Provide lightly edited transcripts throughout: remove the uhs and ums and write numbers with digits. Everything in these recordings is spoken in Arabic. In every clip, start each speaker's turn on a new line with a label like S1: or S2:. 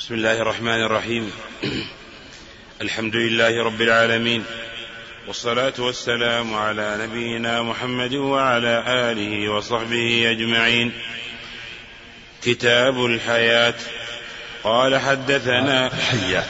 S1: بسم الله الرحمن الرحيم. الحمد لله رب العالمين، والصلاة والسلام على نبينا محمد وعلى آله وصحبه أجمعين. كتاب الحياة. قال حدثنا
S2: الحيات.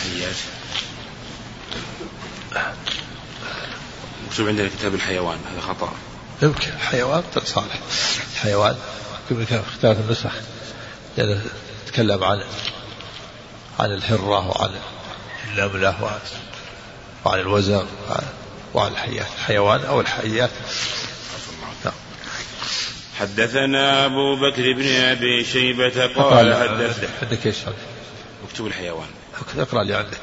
S1: مكتوب عندنا كتاب الحيوان، هذا خطأ.
S2: يمكن الحيوان صالح. الحيوان كما كان في اختلاف النسخ، لأنه تكلم عن الهرة وعن النملة وعن الوزغ وعن الحيات، الحيوان أو الحيات.
S1: حدثنا أبو بكر بن أبي شيبة قال
S2: عندك ايش
S1: مكتوب الحيوان؟
S2: اقرأ لي عندك.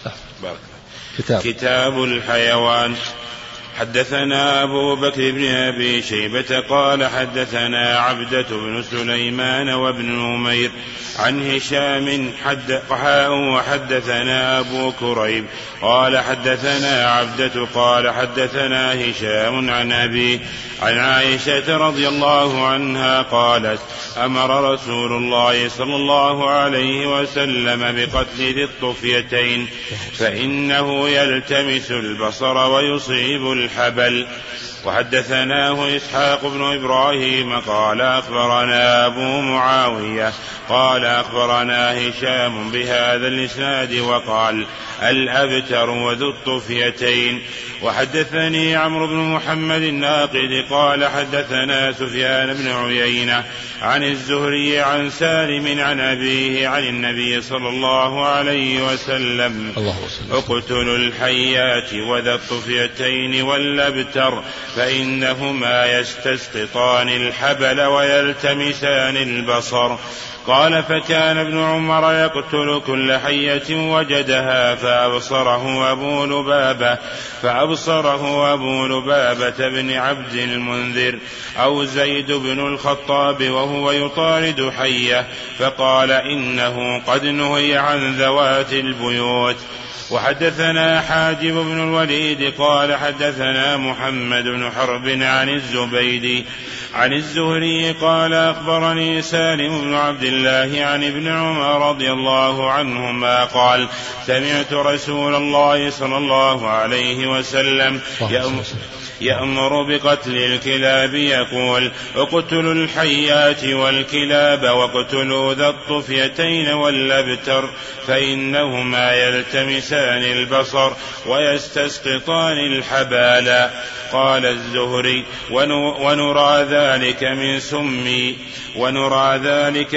S1: كتاب الحيوان. حدثنا أبو بكر بن أبي شيبة قال حدثنا عبدة بن سليمان وابن نمير عن هشام وحدثنا أبو كريب قال حدثنا عبدة قال حدثنا هشام عن أبيه عن عائشة رضي الله عنها قالت: أمر رسول الله صلى الله عليه وسلم بقتل ذي الطفيتين فإنه يلتمس البصر ويصيب الحبل. وحدثناه إسحاق بن إبراهيم قال أخبرنا أبو معاوية قال أخبرنا هشام بهذا الإسناد وقال: الأبتر وذو الطفيتين. وحدثني عمرو بن محمد الناقد قال حدثنا سفيان بن عيينة عن الزهري عن سالم عن أبيه عن النبي صلى الله عليه وسلم: اقتلوا الحيات وذا الطفيتين والأبتر فإنهما يستسقطان الحبل ويلتمسان البصر. قال: فكان ابن عمر يقتل كل حية وجدها فأبصره أبو لبابة بن عبد المنذر أو زيد بن الخطاب وهو يطارد حية فقال: إنه قد نهي عن ذوات البيوت. وحدثنا حاجب بن الوليد قال حدثنا محمد بن حرب عن الزبيدي عن الزهري قال أخبرني سالم بن عبد الله عن ابن عمر رضي الله عنهما قال: سمعت رسول الله صلى الله عليه وسلم يأمر بقتل الكلاب يقول: اقتلوا الحيات والكلاب واقتلوا ذا الطفيتين والأبتر فإنهما يلتمسان البصر ويستسقطان الحبال. قال الزهري: ونرى ذلك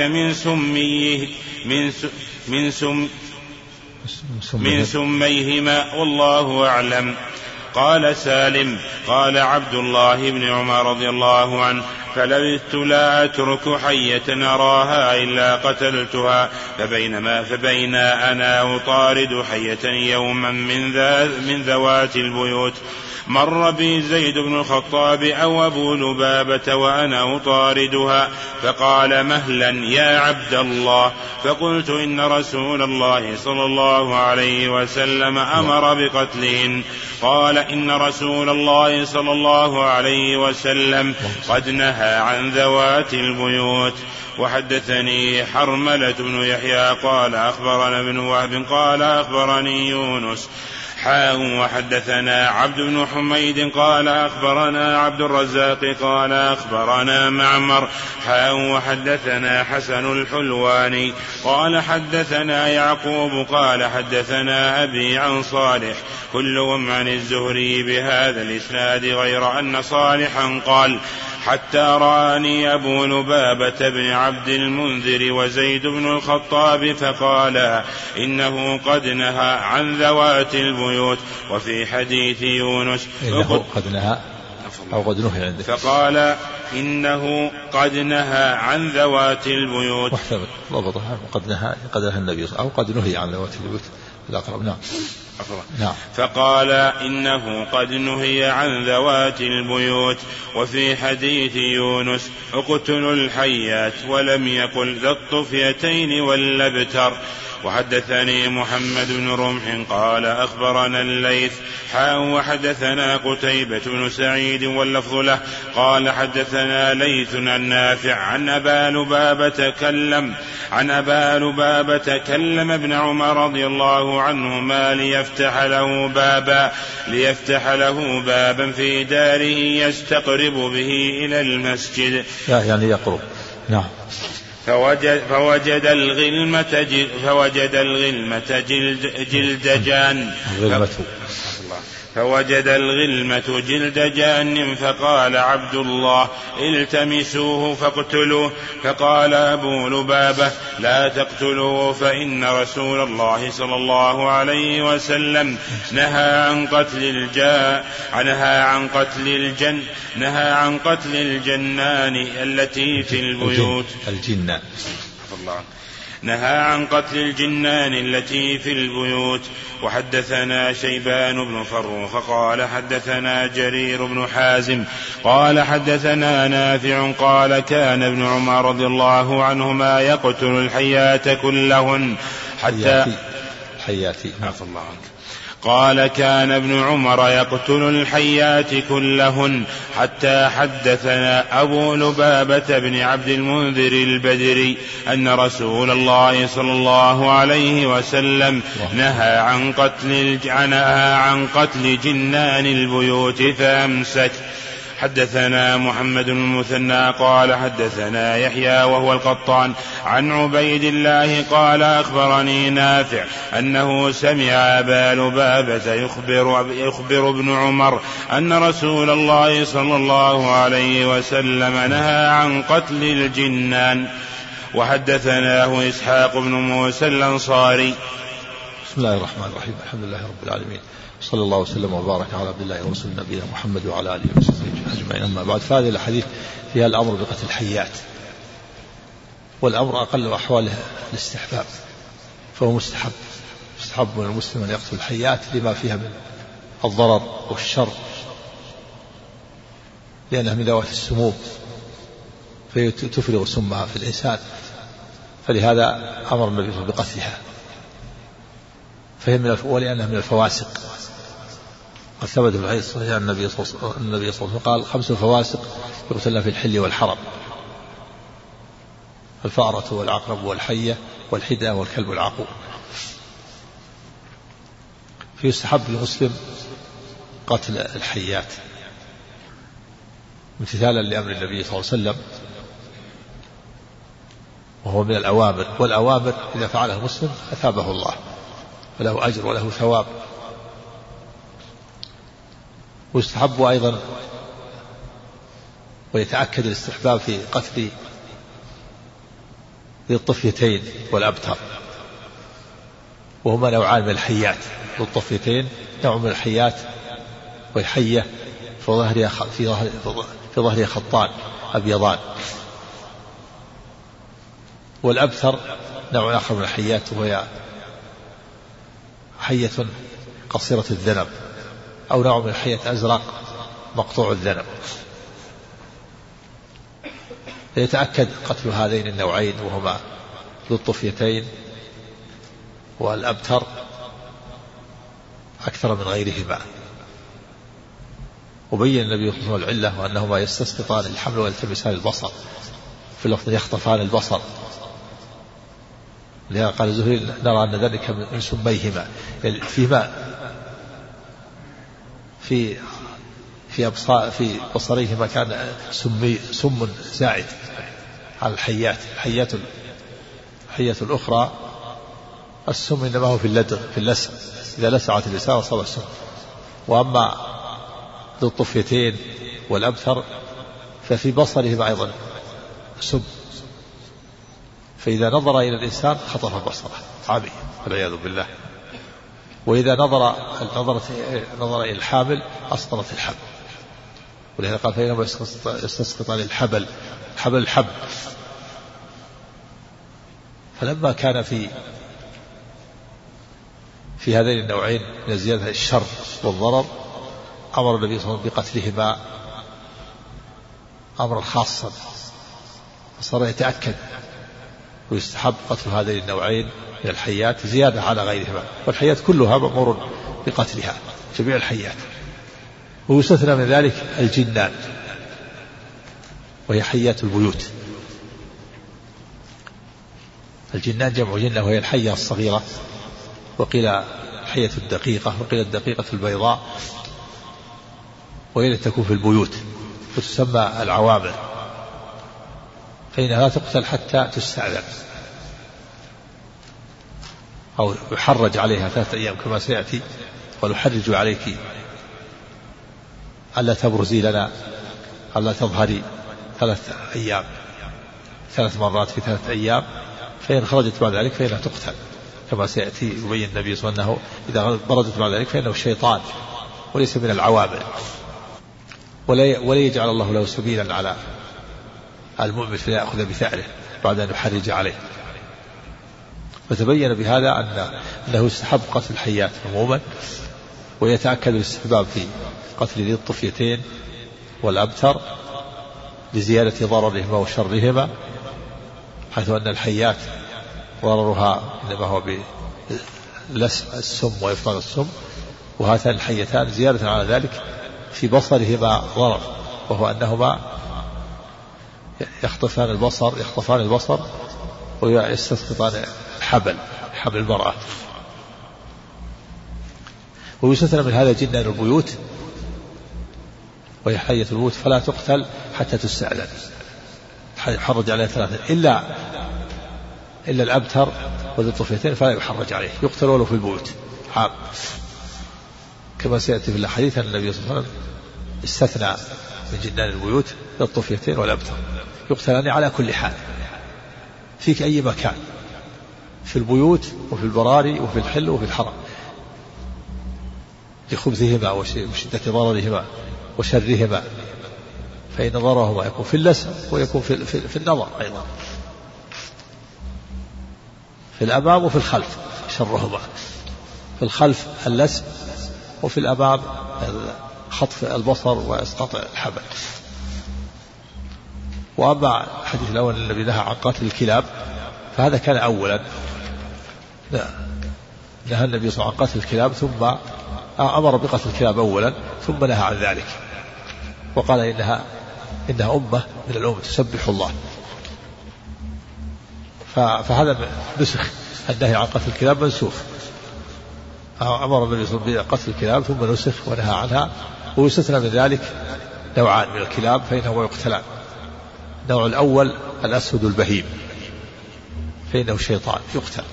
S1: من سميهما والله أعلم. قال سالم: قال عبد الله بن عمر رضي الله عنه: فلبثت لا أترك حية أراها إلا قتلتها، فبينا أنا أطارد حية يوما من ذوات البيوت مر بي زيد بن الخطاب أو أبو لبابة وأنا أطاردها فقال: مهلا يا عبد الله. فقلت: إن رسول الله صلى الله عليه وسلم أمر بقتلهن. قال: إن رسول الله صلى الله عليه وسلم قد نهى عن ذوات البيوت. وحدثني حرملة بن يحيى قال أخبرنا ابن وهب قال أخبرني يونس وحدثنا عبد بن حميد قال أخبرنا عبد الرزاق قال أخبرنا معمر وحدثنا حسن الحلواني قال حدثنا يعقوب قال حدثنا أبي عن صالح كلهم عن الزهري بهذا الإسناد غير أن صالحا قال: حتى رآني أبو لبابة بن عبد المنذر وزيد بن الخطاب فقالا: إنه قد نهى عن ذوات البيوت. وفي حديث يونس
S2: قد نهى أو قد نهي عندك،
S1: فقال: إنه قد نهى عن ذوات البيوت.
S2: واحتمل ضبطها قد نهى النبي أو قد نهي عن ذوات البيوت الأقرب. نعم.
S1: فقال: إنه قد نهي عن ذوات البيوت. وفي حديث يونس: اقتلوا الحيات ولم يقل ذا الطفيتين والأبتر. وحدثني محمد بن رمح قال أخبرنا الليث وحدثنا قتيبة بن سعيد واللفظ له قال حدثنا ليث عن نافع عن أبا لبابة كلم ابن عمر رضي الله عنهما ليفتح له بابا في داره يستقرب به إلى المسجد
S2: يعني يقرب. نعم.
S1: فوجد الغلمة جلد جان فقال عبد الله التمسوه فاقتلوه. فقال أبو لبابة لا تقتلوه فإن رسول الله صلى الله عليه وسلم نهى عن قتل الجنان التي في البيوت. نهى عن قتل الجنان التي في البيوت. وحدثنا شيبان بن فروخ قال حدثنا جرير بن حازم قال حدثنا نافع قال كان ابن عمر رضي الله عنهما يقتل الحيات كلهن حتى قال كان ابن عمر يقتل الحيات كلهن حتى حدثنا أبو لبابة بن عبد المنذر البدري أن رسول الله صلى الله عليه وسلم نهى عن قتل جنان البيوت فأمسك. حدثنا محمد بن المثنى قال حدثنا يحيى وهو القطان عن عبيد الله قال أخبرني نافع أنه سمع أبا لبابة يخبر ابن عمر أن رسول الله صلى الله عليه وسلم نهى عن قتل الجنان. وحدثناه إسحاق بن موسى الأنصاري.
S2: بسم الله الرحمن الرحيم الحمد لله رب العالمين صلى الله وسلم وبارك على عبد الله ورسول نبينا محمد وعلى آله وصحبه أجمعين. أما بعد، فهذه الحديث فيها الأمر بقتل الحيات، والأمر أقل أحواله الاستحباب، فهو مستحب من المسلم أن يقتل الحيات لما فيها من الضرر والشر، لأنها من ذوات السموم فتفرغ سمها في الإنسان، فلهذا أمر النبي بقتلها، ولأنها من الفواسق. قد ثبت في الحديث الصحيح عن النبي صلى الله عليه وسلم قال 5 فواسق يقتلن في الحل والحرم: الفأرة والعقرب والحية والحدة والكلب العقور. فيستحب للمسلم قتل الحيات امتثالا لأمر النبي صلى الله عليه وسلم، وهو من الأوامر، والأوامر إذا فعلها المسلم أثابه الله وله أجر وله ثواب. ويستحب أيضا ويتأكد الاستحباب في قتل ذي الطفيتين والأبتر، وهما نوعان من الحيات. ذو الطفيتين نوع من الحيات وهي حية في ظهرها خطان أبيضان، والأبتر نوع آخر من الحيات وهي حية قصيرة الذنب، أو نوع من الحية أزرق مقطوع الذنب. يتأكد قتل هذين النوعين وهما ذو الطفيتين والأبتر أكثر من غيرهما. وبين النبي صلى الله عليه وسلم العلة وأنهما يستسقطان الحمل ويلتمسان البصر، في اللفظ يخطفان البصر. لهذا قال الزهري نرى أن ذلك من سميهما، في بصريهما كان سم زائد على الحيات. الحية الأخرى السم إنما هو في اللدغ، في اللسع، إذا لسعت اللسان أصاب السم. وأما ذو الطفيتين والأبتر ففي بصرهما أيضا سم، فإذا نظر إلى الإنسان خطف بصره عمي والعياذ بالله. وإذا نظر إلى الحامل أسقطت الحبل، ولهذا قال فإنما يستسقطان الحبل الحب. فلما كان في هذين النوعين من زيادة الشر والضرر أمر النبي صلى الله عليه وسلم بقتلهما أمرا خاصا، فصار يتأكد ويستحب قتل هذين النوعين من الحيات زيادة على غيرهما، والحيات كلها مأمور بقتلها جميع الحيات. ويستثنى من ذلك الجنان وهي حيات البيوت. الجنان جمع جنة وهي الحية الصغيرة، وقيل الحية الدقيقة، وقيل الدقيقة البيضاء، وهي التي تكون في البيوت وتسمى العوامر، فإنها لا تقتل حتى تستأذن أو يحرج عليها 3 أيام كما سيأتي. ونحرج عليك ألا تبرزي لنا، ألا تظهري 3 أيام، 3 مرات في 3 أيام، فإن خرجت بعد ذلك فإنها تقتل كما سيأتي. يبين النبي صلى الله عليه وسلم إذا برزت بعد ذلك فإنه الشيطان وليس من العوامل، ولا يجعل الله له سبيلا على المؤمن فيأخذ بثأره بعد أن يحرج عليه. فتبين بهذا أنه يستحب قتل الحيات عموما، ويتأكد الاستحباب في قتل ذي الطفيتين والأبتر لزيادة ضررهما وشرهما، حيث أن الحيات ضررها إنما هو بالسم وإفراغ السم، وهاتان الحيتان زيادة على ذلك في بصرهما ضرر، وهو أنهما يخطفان البصر ويستسقطان حبل المرأة. ويستثنى من هذا جنان البيوت وهي حية البيوت، فلا تقتل حتى تستأذن، يحرج عليها 3 إلا الأبتر وذي الطفيتين فلا يحرج عليه، يقتل ولو في البيوت عام، كما سيأتي في الحديث أن النبي صلى الله عليه وسلم استثنى من جنان البيوت الطفيتين والأبتر، يقتلان على كل حال فيك أي مكان، في البيوت وفي البراري وفي الحل وفي الحرم، لخبثهما وشدة ضررهما وشرهما، فإن ضررهما يكون في اللسع ويكون في النظر أيضا، في الأمام وفي الخلف شرهما، في الخلف اللسع وفي الأمام خطف البصر وإسقاط الحبل. وأما الحديث الأول الذي نهى عن قتل الكلاب فهذا كان أولا، نهى النبي صلى الله عليه وسلم عن قتل الكلاب، ثم أمر بقتل الكلاب أولا ثم نهى عن ذلك، وقال إنها أمة من الأمم تسبح الله. فهذا نسخ، النهي عن قتل الكلاب منسوخ، أمر النبي صلى الله عليه وسلم بقتل الكلاب ثم نسخ ونهى عنها. ويستثنى من ذلك نوعان من الكلاب فإنه يقتلان، النوع الأول الأسود البهيم فإنه شيطان يقتل،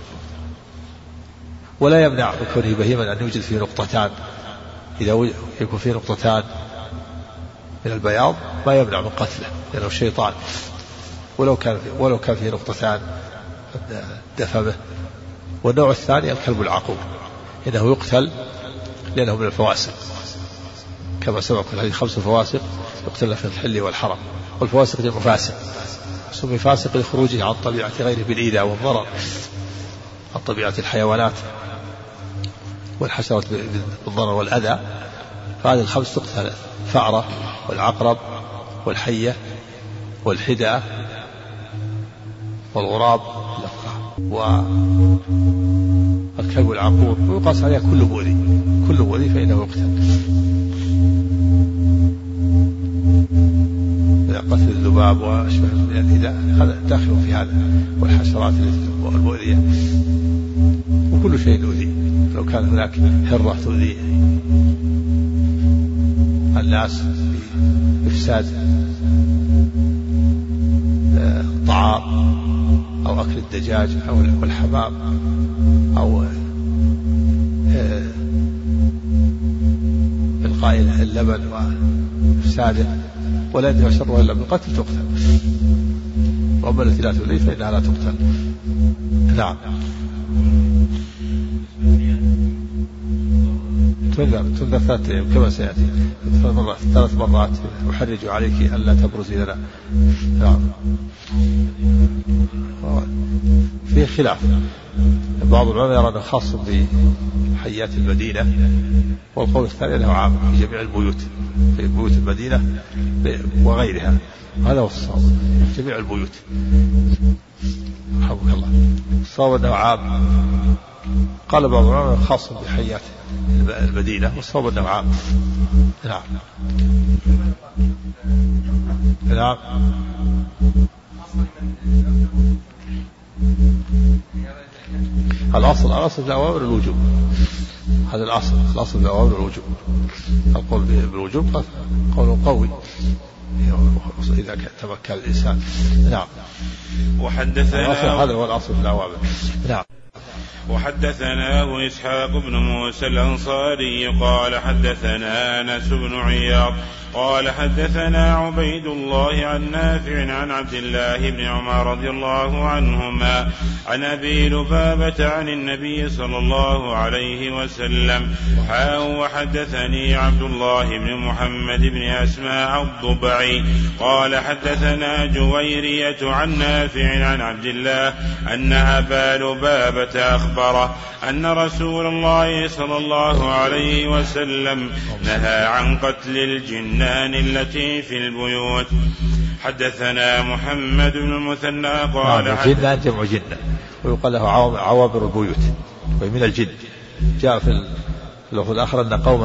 S2: ولا يمنع بكونه بهيما أن يوجد فيه نقطتان، إذا يكون فيه نقطتان من البياض ما يمنع من قتله لأنه شيطان، ولو كان فيه نقطتان دفمه. والنوع الثاني الكلب العقور، إنه يقتل لأنه من الفواسق، كما سبق في الحديث 5 فواسق يقتل في الحل والحرم، والفواسق جمع فاسق، سمي فاسق لخروجه عن طبيعة غيره بالإيذاء والضرر، عن طبيعة الحيوانات والحشرات بالضرر والأذى. فهذه ال5 تقتل: الفأرة والعقرب والحية والحدأة والغراب والكلب العقور، ويقاس عليها كل مؤذي فإنه يقتل. قتل الذباب وأشبه من الإيذاء هذا داخل في هذا، والحشرات المؤذية وكل شيء يؤذي، لو كان هناك هرة تؤذي الناس بإفساد الطعام أو أكل الدجاج أو الحمام أو إلقاء اللبن وإفساده، ولا يدفع شرها إلا بالقتل تقتل. وأما التي لا تؤذي فإنها لا تقتل. نعم. تنذر 3 أيام كما سيأتي، 3 مرات أحرج عليك ألا تبرزي لنا. نعم. فيه خلاف، بعض العلماء يرى أنه خاص بحيات المدينة، والقول الثاني أنه عام في جميع البيوت، في بيوت المدينة وغيرها، هذا هو الصواب، جميع البيوت. رحمك الله. الصواب أنه عام، قال بعض العلماء خاص بحيات المدينة، والصواب أنه عام. نعم نعم. الأصل في الأوامر الوجوب، هذا الأصل في الأوامر الوجوب. القول بالوجوب قول قوي إذا تمكن الإنسان. نعم.
S1: وحدثنا
S2: هذا هو الأصل في الأوامر. نعم.
S1: وحدثناه إسحاق بن موسى الأنصاري قال حدثنا أنس بن عياض قال حدثنا عبيد الله عن نافع عن عبد الله بن عمر رضي الله عنهما عن أبي لبابة عن النبي صلى الله عليه وسلم. وحدثني عبد الله بن محمد بن أسماء الضبعي قال حدثنا جويرية عن نافع عن عبد الله أن أبا لبابة أخبره أن رسول الله صلى الله عليه وسلم نهى عن قتل الجنان التي في البيوت. حدثنا محمد بن المثنى قال
S2: الجنان جمع جنة، ويقال له عوابر البيوت ومن الجن. جاء في اللفظ الآخر أن قوما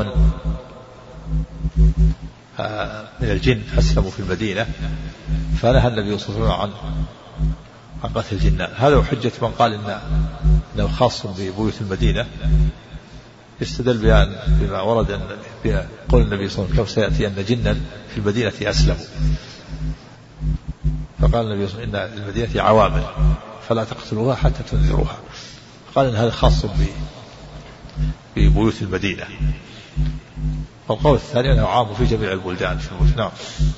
S2: من الجن أسلموا في المدينة فنهى النبي صلى الله عليه وسلم عن قتل الجنان. هذا حجة من قال إنه خاص ببيوت المدينة، يستدل بما ورد بقول النبي صلى الله عليه وسلم كيف سيأتي أن جنا في المدينة أسلموا، فقال النبي صلى الله عليه وسلم إن المدينة عوامل فلا تقتلوها حتى تنذروها. قال إن هذا خاص ببيوت المدينة. والقول الثاني أنه عام في جميع البلدان في المدينة. نعم.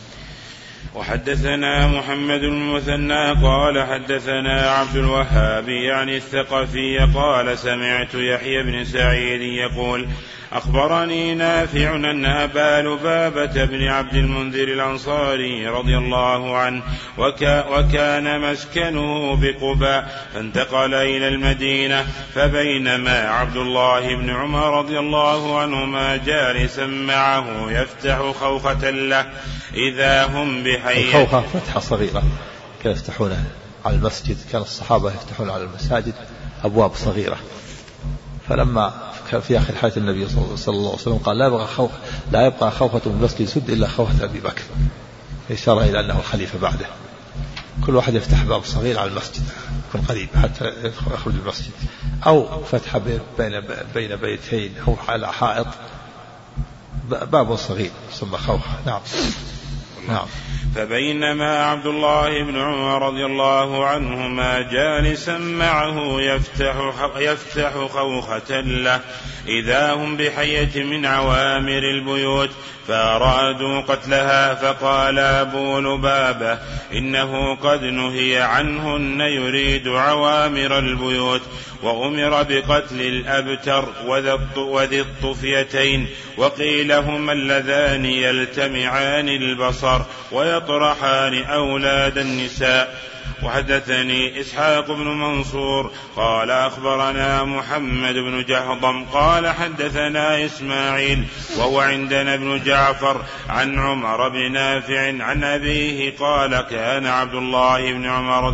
S1: وحدثنا محمد بن المثنى قال حدثنا عبد الوهاب يعني الثقفي قال سمعت يحيى بن سعيد يقول أخبرني نافع أن أبا لبابة بن عبد المنذر الأنصاري رضي الله عنه وكان مسكنه بقباء فانتقل إلى المدينة، فبينما عبد الله بن عمر رضي الله عنهما جالسا معه يفتح خوخة له إذا هم بحي.
S2: الخوخة فتحة صغيرة كانوا يفتحونها على المسجد، كان الصحابة يفتحون على المساجد أبواب صغيرة. فلما كان في آخر حياة النبي صلى الله عليه وسلم قال لا يبقى خوخة من المسجد سد إلا خوخة أبي بكر، إشارة إلى أنه الخليفة بعده. كل واحد يفتح باب صغير على المسجد يكون قريب حتى يخرج المسجد، أو فتح بين بيتين أو على حائط باب صغير ثم خوخة. نعم. نعم.
S1: فبينما عبد الله بن عمر رضي الله عنهما جالسا معه يفتح خوخة له إذا هم بحية من عوامر البيوت فأرادوا قتلها، فقال أبو لبابة إنه قد نهي عنهن يريد عوامر البيوت، وأمر بقتل الأبتر وذي الطفيتين، وقيل هما اللذان يلتمعان البصر ويطرحان أولاد النساء. وحدثني إسحاق بن منصور قال أخبرنا محمد بن جهضم قال حدثنا إسماعيل وهو عندنا ابن جعفر عن عمر بن نافع عن أبيه قال كان عبد الله بن عمر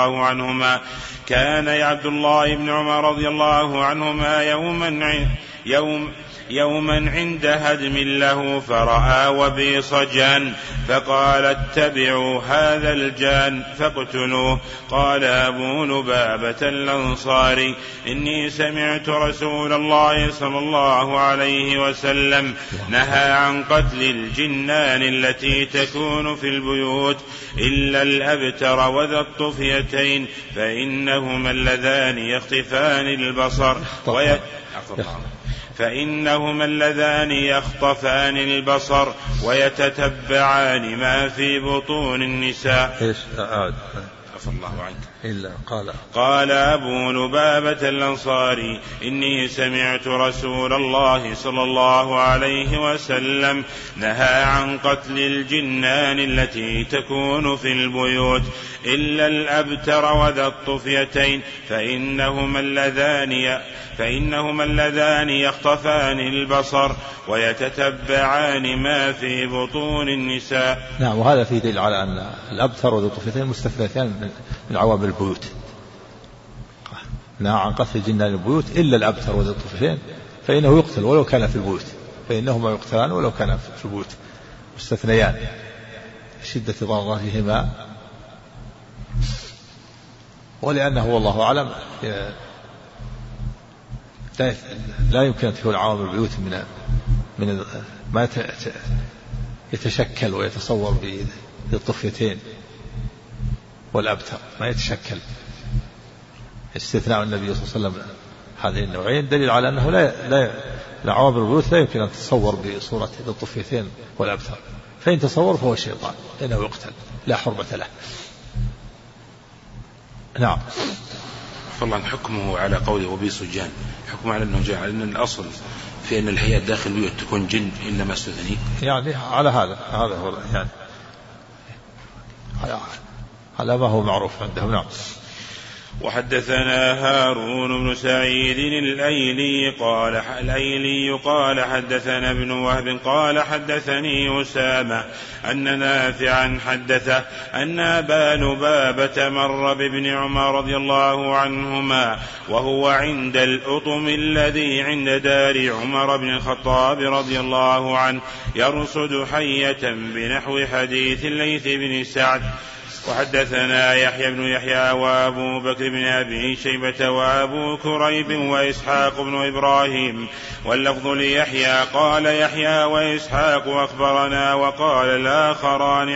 S1: رضي الله عنهما يوما عند هدم له فرأى وبيص جان فقال اتبعوا هذا الجان فاقتلوه. قال أبو لبابة الأنصاري إني سمعت رسول الله صلى الله عليه وسلم نهى عن قتل الجنان التي تكون في البيوت إلا الأبتر وذا الطفيتين فإنهما اللذان يخطفان البصر ويتتبعان ما في بطون النساء. الله عنك. قال أبو لبابة الأنصاري إني سمعت رسول الله صلى الله عليه وسلم نهى عن قتل الجنان التي تكون في البيوت إلا الأبتر وذا الطفيتين فإنهما اللذان يخطفان البصر ويتتبعان ما في بطون النساء.
S2: نعم. وهذا فيه دليل على أن الأبتر وذو الطفيلتين مستثنتان من عوامل البيوت. نهى عن قتل جنان البيوت إلا الأبتر وذو الطفيلتين فإنه يقتل ولو كان في البيوت، فإنهما يقتلان ولو كان في البيوت، مستثنيان شدة ضررهما. ولأنه والله أعلم لا يمكن أن تكون عوامل البيوت من ما يتشكل ويتصور بالطفيتين والأبتر، ما يتشكل. استثناء النبي صلى الله عليه وسلم هذه النوعين دليل على أنه لا عوامل البيوت لا يمكن أن تتصور بصورة الطفيتين والأبتر، فإن تصور فهو الشيطان لأنه يقتل لا حرمة له. نعم.
S1: فالله حكمه على قوله وبيصجان، حكمه على أنه جاء أن الأصل في أن الحياة داخل البيوت تكون جن إنما استثني،
S2: يعني على هذا هو يعني على ما هو معروف عندهم. نعم.
S1: وحدثنا هارون بن سعيد الأيلي قال حدثنا ابن وهب قال حدثني أسامة أن نافعا حدثه أن أبا لبابة مر بابن عمر رضي الله عنهما وهو عند الأطم الذي عند دار عمر بن الخطاب رضي الله عنه يرصد حية بنحو حديث الليث بن سعد. وحدثنا يحيى بن يحيى وأبو بكر بن أبي شيبة وأبو كريب وإسحاق بن إبراهيم واللفظ ليحيى قال يحيى وإسحاق أخبرنا وقال الآخران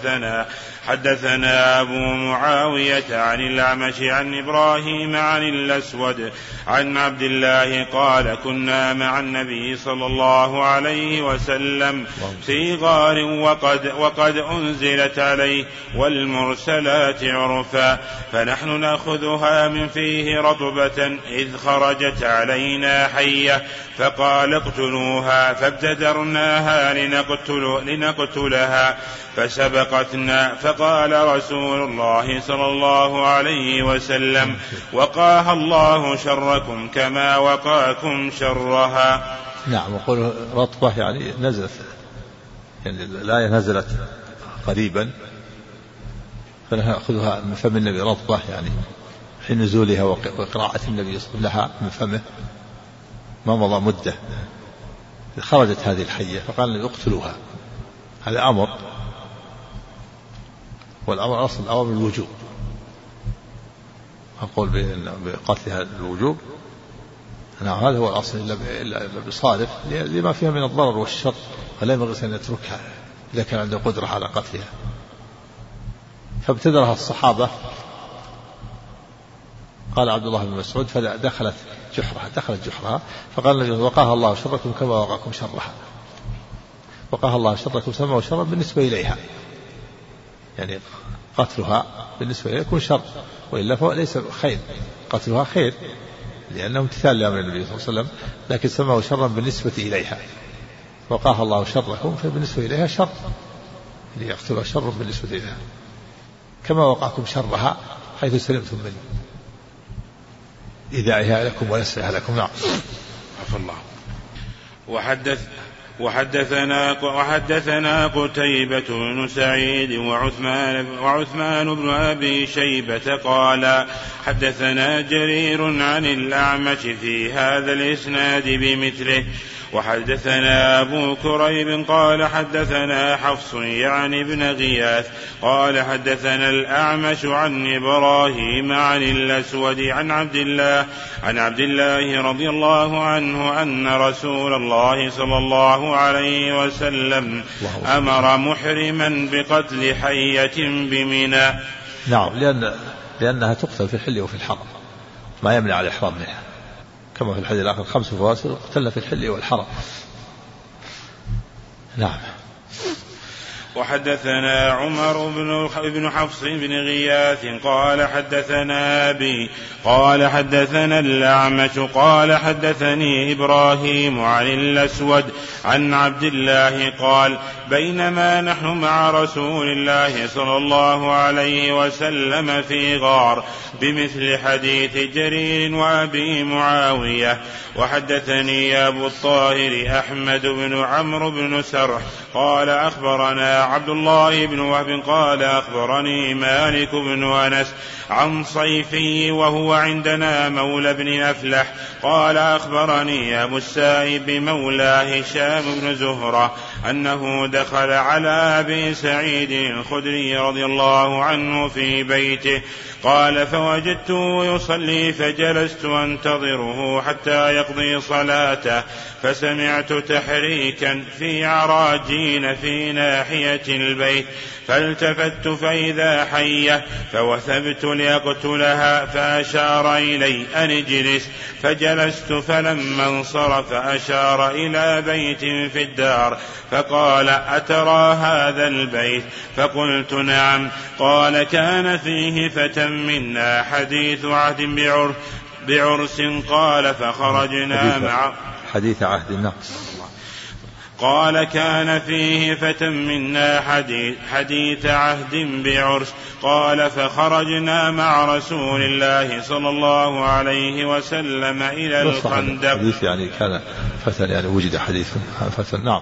S1: حدثنا أبو معاوية عن الأعمش عن إبراهيم عن الأسود عن عبد الله قال كنا مع النبي صلى الله عليه وسلم في غار وقد أنزلت عليه والمرسلات عرفا فنحن نأخذها من فيه رطبة إذ خرجت علينا حية فقال اقتلوها فابتدرناها لنقتلها فسبقتنا فقال رسول الله صلى الله عليه وسلم وقاها الله شركم كما وقاكم شرها.
S2: نعم. وقول رطبة يعني نزلت، يعني الآية نزلت قريبا فنأخذها من فم النبي رطبة يعني حين نزولها وقراءة النبي صلى الله عليه وسلم لها من فمه ما مضى مدة خرجت هذه الحية فقال اقتلوها. هذا أمر، والأمر أصل الأمر الوجوب، أقول بقتلها الوجوب. نعم. هذا هو الأصل إلا بصارف لما فيها من الضرر والشر، فلا ينبغي أن يتركها إذا كان عنده قدرة على قتلها. فابتدرها الصحابة. قال عبد الله بن مسعود فدخلت جحرها فقال النبي وقاها الله شركم كما وقاكم شرها. وقاها الله شركم سما وشرا بالنسبة إليها، يعني قتلها بالنسبة إليها يكون شر، وإلا فهو ليس خير. قتلها خير لأنه امتثال لأمر النبي صلى الله عليه وسلم، لكن سما وشرا بالنسبة إليها. وقاها الله شركم فبالنسبة إليها شر، ليقتلها شر بالنسبة إليها كما وقعكم شرها حيث سلمتم من إذائها لكم ونسرها لكم. نعم.
S1: عفى الله. وحدثنا قتيبة بن سعيد وعثمان بن أبي شيبة قال حدثنا جرير عن الأعمش في هذا الإسناد بمثله. وحدثنا أبو كريب قال حدثنا حفص يعني بن غياث قال حدثنا الأعمش عن إبراهيم عن الأسود عن عبد الله رضي الله عنه أن رسول الله صلى الله عليه وسلم أمر محرما بقتل حية بمنى.
S2: نعم. لأنها تقتل في الحل وفي الحرم، ما يمنع الإحرام منها، كما في الحديث الآخر 5 فواسق قتلن في الحل والحرم. نعم.
S1: وحدثنا عمر بن حفص بن غياث قال حدثنا أبي قال حدثنا الأعمش قال حدثني إبراهيم عن الأسود عن عبد الله قال بينما نحن مع رسول الله صلى الله عليه وسلم في غار بمثل حديث جرير وأبي معاوية. وحدثني أبو الطاهر أحمد بن عمرو بن سرح قال أخبرنا عبد الله بن وهب قال أخبرني مالك بن أنس عن صيفي وهو عندنا مولى بن أفلح قال أخبرني أبو السائب مولى هشام بن زهرة أنه دخل على أبي سعيد الخدري رضي الله عنه في بيته قال فوجدته يصلي فجلست أنتظره حتى يقضي صلاته فسمعت تحريكا في عراجين في ناحية البيت فالتفت فإذا حية فوثبت لأقتلها فأشار إلي أن اجلس فجلست فلما انصرف أشار إلى بيت في الدار فقال أترى هذا البيت فقلت نعم قال كان فيه فتى منا حديث عهد بعرس قال فخرجنا مع
S2: حديث عهد الناس
S1: قال كان فيه فتى منا حديث عهد بعرس قال فخرجنا مع رسول الله صلى الله عليه وسلم إلى الخندق.
S2: حديث يعني كان فتى يعني وجد حديث فتى. نعم.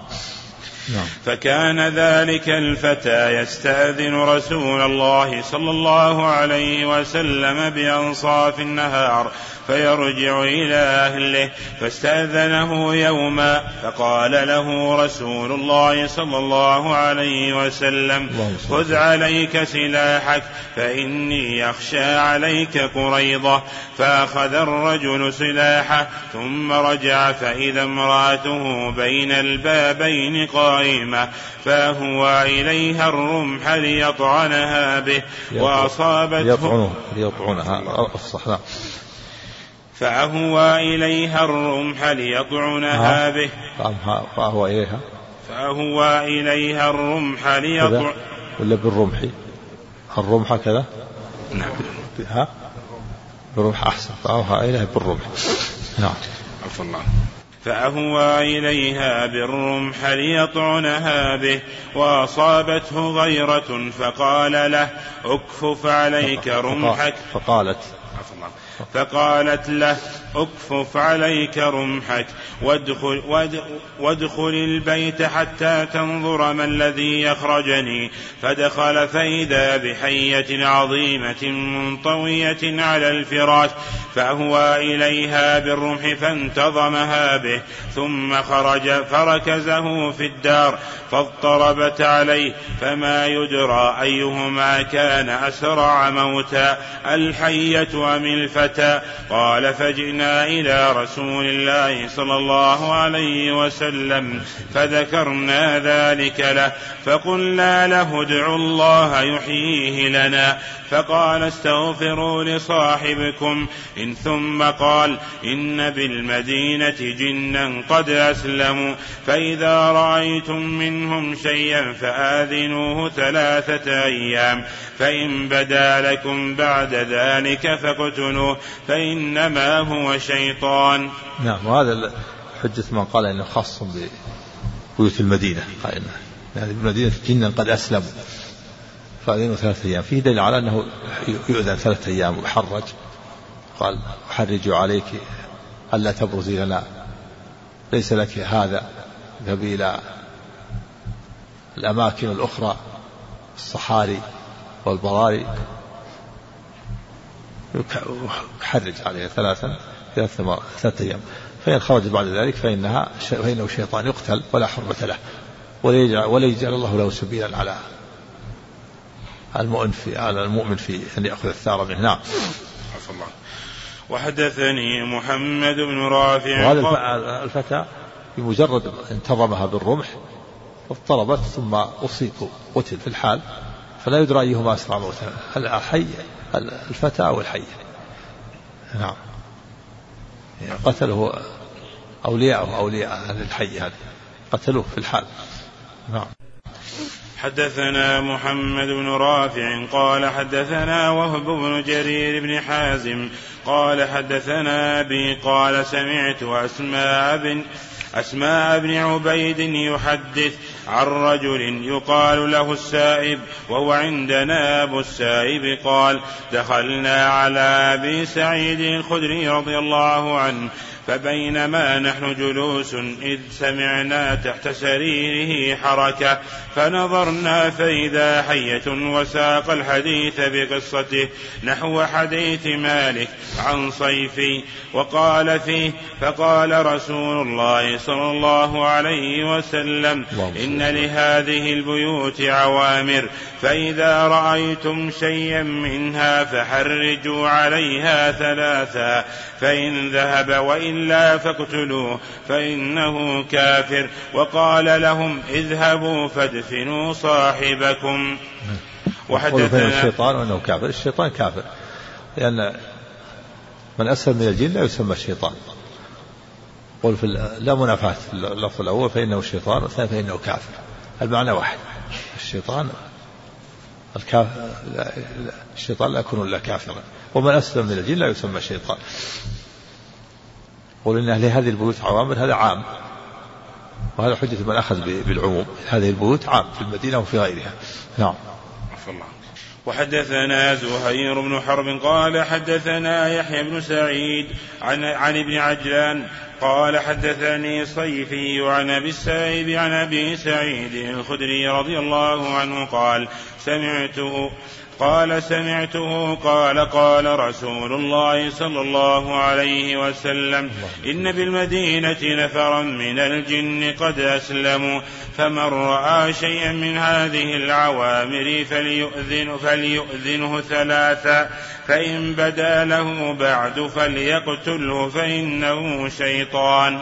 S1: فكان ذلك الفتى يستأذن رسول الله صلى الله عليه وسلم بأنصاف النهار فيرجع إلى أهله فاستأذنه يوما فقال له رسول الله صلى الله عليه وسلم خذ عليك سلاحك فإني أخشى عليك قريضة. فأخذ الرجل سلاحه ثم رجع فإذا امرأته بين البابين قائمة فهو إليها الرمح ليطعنها به وأصابته فأهوى إليها الرمح ليطعنها به فأهوى إليها الرمح
S2: ولا بالرمح الرمح كذا.
S1: نعم.
S2: بالرمح أحسن. فأهوى إليها بالرمح. نعم.
S1: عفو الله. فأهوى إليها بالرمح ليطعنها به وأصابته غيرة فقال له أكفف عليك رمحك فقالت له أكفف عليك رمحك وادخل البيت حتى تنظر ما الذي يخرجني. فدخل فإذا بحية عظيمة منطوية على الفراش فهو إليها بالرمح فانتظمها به ثم خرج فركزه في الدار فاضطربت عليه فما يدرى أيهما كان أسرع موتا الحية أم الفتى. قال فجئنا إلى رسول الله صلى الله عليه وسلم فذكرنا ذلك له فقلنا له ادعوا الله يحييه لنا فقال استغفروا لصاحبكم ثم قال إن بالمدينة جنا قد أسلموا فإذا رأيتم منهم شيئا فآذنوه 3 أيام فإن بدا لكم بعد ذلك فاقتلوه فإنما هو شيطان.
S2: نعم. وهذا حجة من قال إنه خاص ببيوت المدينة قال يعني بالمدينة جنا قد أسلموا فآذنوه 3 أيام فيه دليل على أنه يؤذن 3 أيام ويحرج. قال أحرج عليك ألا تبرزي لنا ليس لك هذا ذهبي إلى الأماكن الأخرى الصحاري والبراري يحرج عليه 3 أيام فإن خرج بعد ذلك فإنه شيطان يقتل ولا حرمة له ولا يجعل الله له سبيلا على المؤمن في أن يأخذ الثار منه. نعم.
S1: وحدثني محمد بن رافع
S2: وهذا الفتى بمجرد انتظمها بالرمح اضطربت ثم أصيب قتل في الحال فلا يدرى أيهما أسرع موتا الفتى أو الحية. نعم. قتله أولياء الحي هذا قتلوه في الحال. نعم.
S1: حدثنا محمد بن رافع قال حدثنا وهب بن جرير بن حازم قال حدثنا أبي قال سمعت أسماء بن عبيد يحدث عن رجل يقال له السائب وهو عندنا أبو السائب قال دخلنا على أبي سعيد الخدري رضي الله عنه فبينما نحن جلوس إذ سمعنا تحت سريره حركة فنظرنا فإذا حية وساق الحديث بقصته نحو حديث مالك عن صيفي وقال فيه فقال رسول الله صلى الله عليه وسلم إن لهذه البيوت عوامر فإذا رأيتم شيئا منها فحرجوا عليها 3 فإن ذهب وإلا فاقتلوه فإنه كافر وقال لهم اذهبوا فادفنوا صاحبكم.
S2: وحدثنا الشيطان وأنه كافر. الشيطان كافر لأن من أسلم من الجن لا يسمى الشيطان. قل لا منافاة في اللفظ الأول فإنه الشيطان والثاني فإنه كافر المعنى واحد. الشيطان الشيطان لا يكون إلا كافرا ومن أسلم من الجن لا يسمى الشيطان. قل إن أهل هذه البيوت عوامر هذا عام وهذا حجة من أخذ بالعموم. هذه البيوت عام في المدينة وفي غيرها. نعم.
S1: وحدثنا زهير بن حرب قال حدثنا يحيى بن سعيد عن ابن عجلان قال حدثني صيفي عن أبي السائب عن أبي سعيد الخدري رضي الله عنه قال سمعته قال رسول الله صلى الله عليه وسلم إن بالمدينة نفرا من الجن قد أسلموا فمن رأى شيئا من هذه العوامر فليؤذنه 3 فإن بدا له بعد فليقتله فإنه شيطان.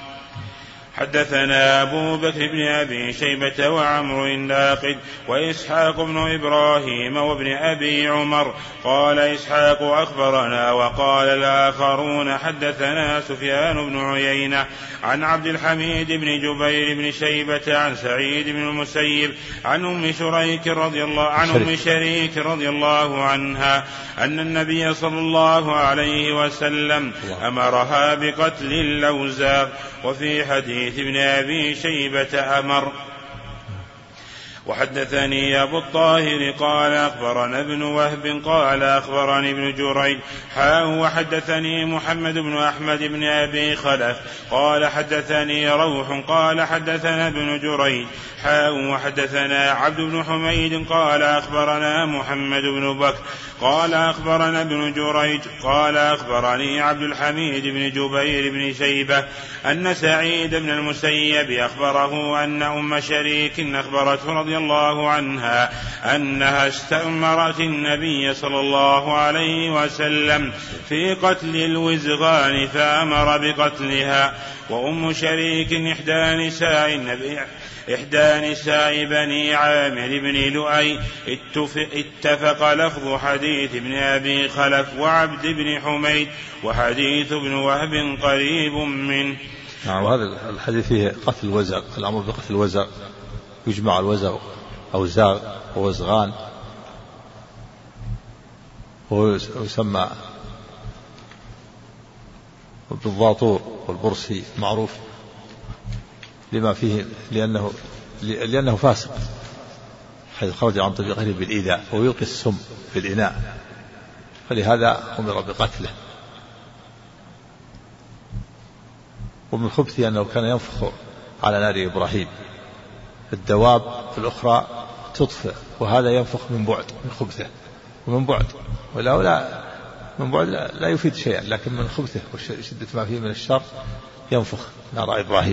S1: حدثنا أبو بكر بن أبي شيبة وعمرو الناقد وإسحاق بن إبراهيم وابن أبي عمر قال إسحاق أخبرنا وقال الآخرون حدثنا سفيان بن عيينة عن عبد الحميد بن جبير بن شيبة عن سعيد بن المسيب عن أم شريك رضي الله عنها أن النبي صلى الله عليه وسلم أمرها بقتل اللوزاغ. وفي حديث ابن أبي شيبة أمر. وحدثني أبو الطاهر قال أخبرنا ابن وهب قال أخبرني ابن جريج وحدثني محمد بن أحمد بن أبي خلف قال حدثني روح قال حدثنا ابن جريج وحدثنا عبد بن حميد قال أخبرنا محمد بن بكر قال أخبرنا ابن جريج قال أخبرني عبد الحميد بن جبير بن شيبة أن سعيد بن المسيب أخبره أن أم شريك أخبرته رضي الله عنها أنها استأمرت النبي صلى الله عليه وسلم في قتل الوزغان فأمر بقتلها. وأم شريك إحدى نساء بني عامر بن لؤي اتفق لفظ حديث ابن أبي خلف وعبد بن حميد وحديث ابن وهب قريب منه.
S2: نعم. وهذا الحديث فيه قتل الوزغ الأمر بقتل الوزغ يجمع الوزغ أوزاغ ووزغان ويسمى بالضاطور والبرصي معروف لما فيه لأنه فاسق حيث خرج عن طريقه بالإيذاء ويلقي السم في الإناء فلهذا أمر بقتله. ومن خبثه أنه كان ينفخ على نار إبراهيم. الدواب الأخرى تطفئ وهذا ينفخ من بعد من خبثه ومن بعد ولا من بعد لا يفيد شيئا لكن من خبثه وشدة ما فيه من الشر ينفخ نار إبراهيم.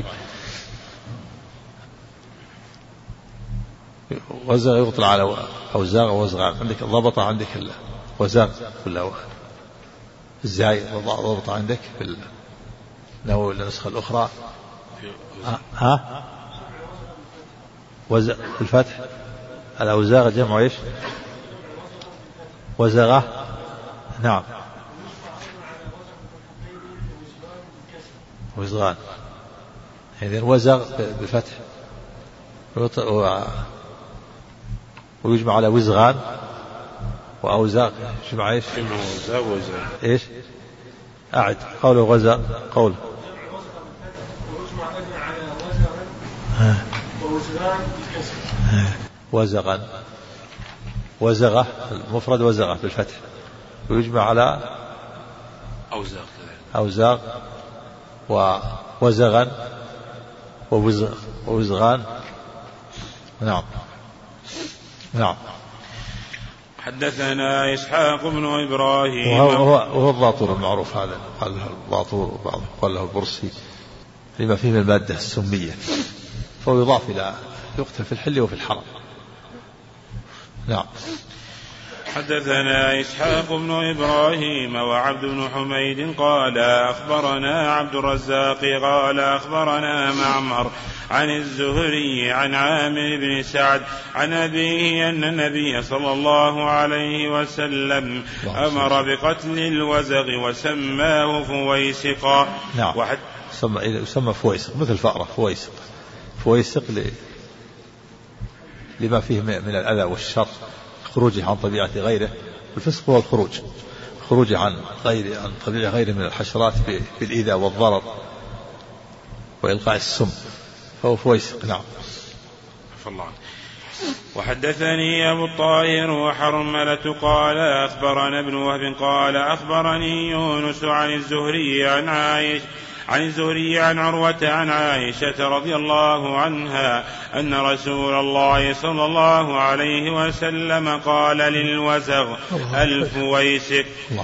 S2: وزغ يطلع على أوزاغ ووزغان. عندك ضبط عندك وزاغ ولا الزاي ضبط عندك في النسخة الأخرى وزغ الفتح الأوزاغ جمع إيش وزغة. نعم وزغان. إذن وزغ بالفتح ويجمع على وزغان وأوزاق. يجمع إيش؟ إيش؟ أعد قوله غزا قول وزغا وزغة المفرد وزغة بالفتح ويجمع على أوزاق ووزغا ووزغان. نعم.
S1: حدثنا إسحاق بن إبراهيم
S2: وهو الضاطور المعروف، هذا قال له الضاطور قال له البرصي لما فيه من المادة السمية، فهو يضاف إلى يقتل في الحل وفي الحرم. نعم.
S1: حدثنا إسحاق بن إبراهيم وعبد بن حميد قال أخبرنا عبد الرزاق قال أخبرنا معمر عن الزهري عن عامر بن سعد عن أبيه أن النبي صلى الله عليه وسلم أمر بقتل الوزغ وسماه فويسقا.
S2: نعم. يسمى فويسق مثل فأرة فويسق لما فيه من الأذى والشر، خروجه عن طبيعة غيره. الفسق هو خروجه عن طبيعة غيره من الحشرات بالإيذاء والضرر وإلقاء السم، فهو فويسق. نعم.
S1: وحدثني أبو الطاهر وحرملة قال أخبرنا ابن وهب قال أخبرني يونس عن الزهري عن عروة عن عائشة رضي الله عنها أن رسول الله صلى الله عليه وسلم قال للوزغ الفويسق.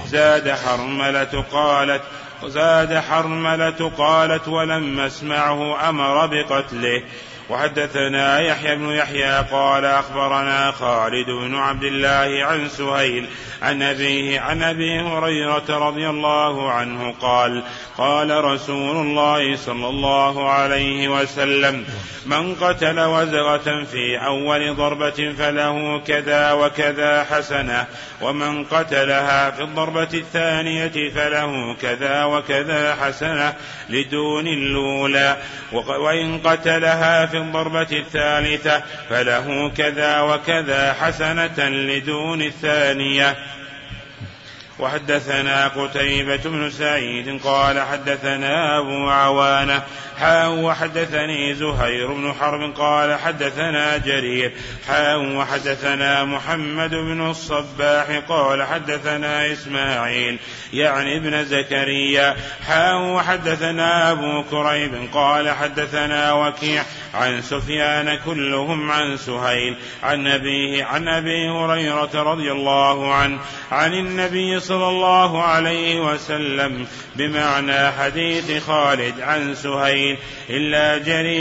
S1: زاد حرملة قالت ولما اسمعه أمر بقتله. وحدثنا يحيى بن يحيى قال أخبرنا خالد بن عبد الله عن سهيل عن أبيه عن أبي هريرة رضي الله عنه قال رسول الله صلى الله عليه وسلم من قتل وزغة في أول ضربة فله كذا وكذا حسنة، ومن قتلها في الضربة الثانية فله كذا وكذا حسنة لدون الأولى، وإن قتلها في الضربة الثالثة فله كذا وكذا حسنة لدون الثانية. وحدثنا قتيبة بن سعيد قال حدثنا أبو عوانة وحدثني زهير بن حرب قال حدثنا جرير وحدثنا محمد بن الصباح قال حدثنا إسماعيل يعني ابن زكريا وحدثنا أبو كريب قال حدثنا وكيع عن سفيان كلهم عن سهيل عن أبي هريرة رضي الله عنه عن النبي صلى الله عليه وسلم بمعنى حديث خالد عن سهيل إلا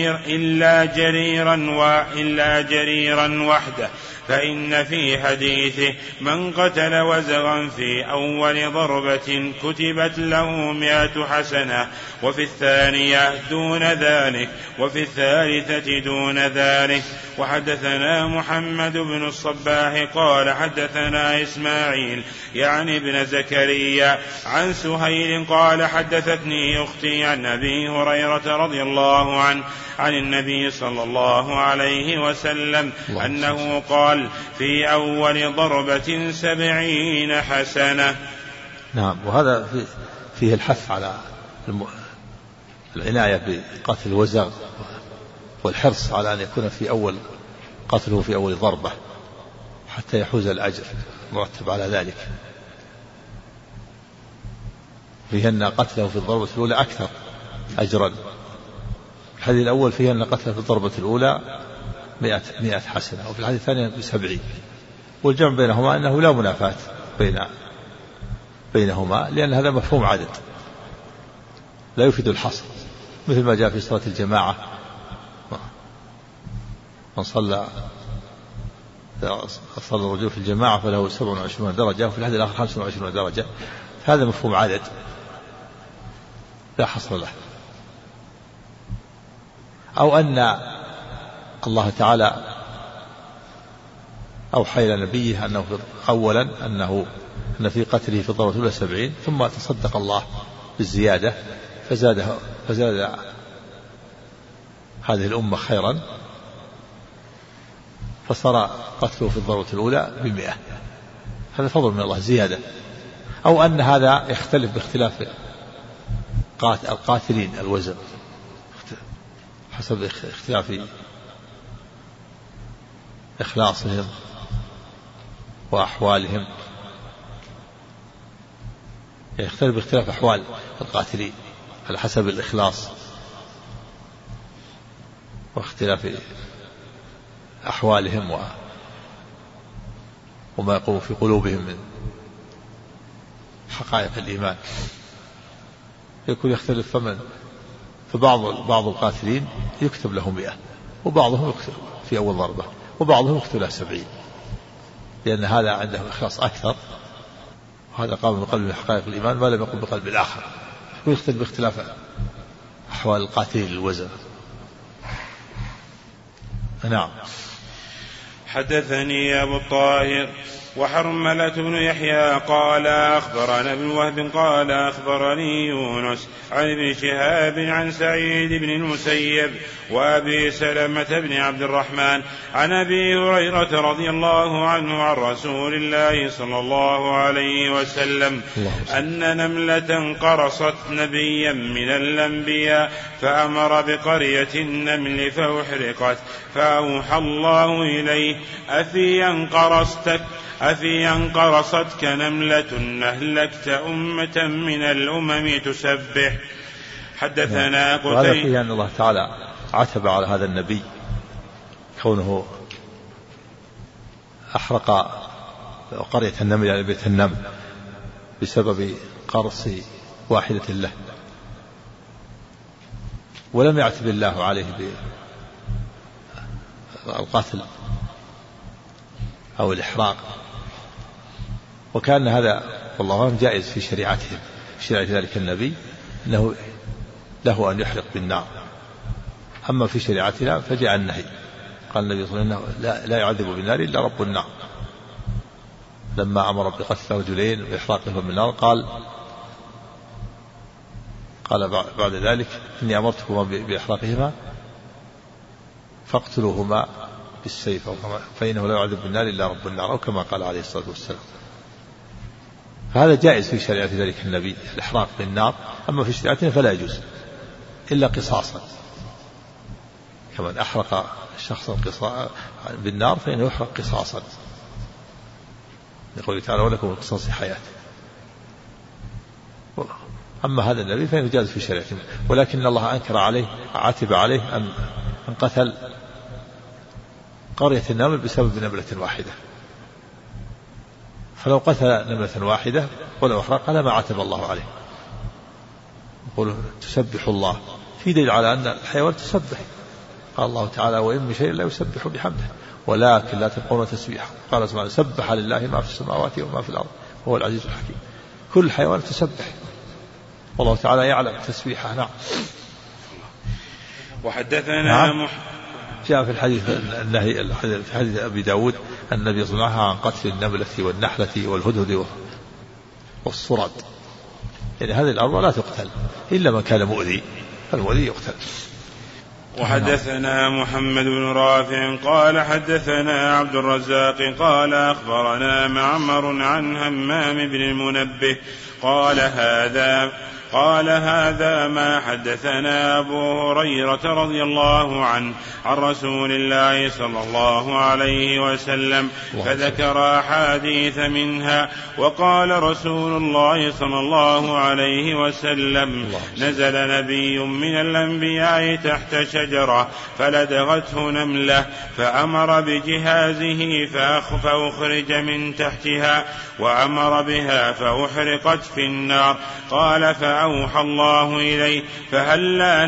S1: جريرا وحده، فإن في حديثه من قتل وزغا في أول ضربة كتبت له 100 حسنة، وفي الثانية دون ذلك، وفي الثالثة دون ذلك. وحدثنا محمد بن الصباح قال حدثنا إسماعيل يعني ابن زكريا عن سهيل قال حدثتني أختي عن أبي هريرة رضي الله عنه عن النبي صلى الله عليه وسلم أنه قال في أول ضربة 70 حسنة.
S2: نعم. وهذا فيه الحث على العناية بقتل الوزغ والحرص على أن يكون في أول قتله في أول ضربة حتى يحوز الأجر مرتب على ذلك. فيه أن قتله في الضربة الأولى أكثر أجرا. الحديث الأول فيه أن قتله في الضربة الأولى 100 حسنة، وفي الحديث الثاني 70. والجمع بينهما أنه لا منافاة بينهما، لأن هذا مفهوم عدد لا يفيد الحصر، مثل ما جاء في صلاة الجماعة من صلى الرجل في الجماعة فله 27 درجة، وفي الحديث الآخر 25 درجة. هذا مفهوم عدد لا حصر له. أو أن الله تعالى أوحى إلى نبيه أنه أولا أن في قتله في الضربة الأولى 70، ثم تصدق الله بالزيادة فزاد هذه الأمة خيرا فصار قتله في الضربة الأولى ب100. هذا فضل من الله زيادة. أو أن هذا يختلف باختلاف القاتلين الوزن حسب اختلاف إخلاصهم وأحوالهم، يختلف باختلاف أحوال القاتلين على حسب الإخلاص واختلاف أحوالهم وما يقوم في قلوبهم من حقائق الإيمان، يكون يختلف. فبعض القاتلين يكتب له 100، وبعضهم يكتب في أول ضربة، وبعضهم يكتب له 70، لأن هذا عنده إخلاص أكثر، وهذا قام بقلب من حقائق الإيمان ما لم يقم بقلب الآخر، ويختلف باختلاف أحوال القاتلين للوزن. نعم.
S1: حدثني أبو الطاهر وحرملة بن يحيى قال أخبرنا ابن وهب قال أخبرني يونس عن ابن شهاب عن سعيد بن المسيب وأبي سلمة بن عبد الرحمن عن أبي هريرة رضي الله عنه عن رسول الله صلى الله عليه وسلم أن نملة قرصت نبيا من الأنبياء فأمر بقرية النمل فأحرقت، فأوحى الله إليه أفي أنقرصتك نملة أهلكت أمة من الأمم تسبح. حدثنا قتيبة.
S2: وهذا فيه أن الله تعالى عتب على هذا النبي كونه أحرق قرية النمل يعني بيت النمل بسبب قرص واحدة له، ولم يعتب الله عليه بالقتل أو الإحراق، وكان هذا والله أعلم جائز في شريعتهم، في شريعة ذلك النبي أنه له أن يحرق بالنار. أما في شريعتنا فجاء النهي، قال النبي صلى الله عليه وسلم لا يعذب بالنار إلا رب النار، لما أمر بقتل رجلين وإحراقهما بالنار قال بعد ذلك إني أمرتكما بإحراقهما فاقتلوهما بالسيف فإنه لا يعذب بالنار إلا رب النار، أو كما قال عليه الصلاة والسلام. فهذا جائز في شريعة ذلك النبي الإحراق بالنار، أما في شريعتنا فلا يجوز إلا قصاصا، كمن أحرق شخصا بالنار فإنه يحرق قصاصا، يقول تعالى ولكم القصاص حياة. أما هذا النبي فإنه جائز في شريعتنا، ولكن الله أنكر عليه عاتب عليه أن قتل قرية النمل بسبب نملة واحدة، فلو قتل نملة واحدة ولو أحرقها لما عاتب الله عليه. يقول تسبح الله، في دليل على أن الحيوان تسبح، قال الله تعالى وإن من شيء لا يسبح بحمده ولكن لا تفقهون تسبيحه، قال سبحانه سبح لله ما في السماوات وما في الأرض وهو العزيز الحكيم. كل حيوان تسبح والله تعالى يعلم تسبيحه. نعم.
S1: وحدثنا
S2: جاء في الحديث النهي في حديث أبي داود النبي صلى الله عليه وسلم عن قتل النملة والنحلة والهدهد والصرد، يعني هذه الأربعة لا تقتل إلا من كان مؤذي، فالمؤذي يقتل.
S1: وحدثنا محمد بن رافع قال حدثنا عبد الرزاق قال أخبرنا معمر عن همام بن المنبه قال هذا ما حدثنا أبو هريرة رضي الله عنه عن رسول الله صلى الله عليه وسلم، فذكر أحاديث منها، وقال رسول الله صلى الله عليه وسلم نزل نبي من الأنبياء تحت شجرة فلدغته نملة فأمر بجهازه فأخرج من تحتها وأمر بها فأحرقت في النار، قال فأوحى الله إليه فهلا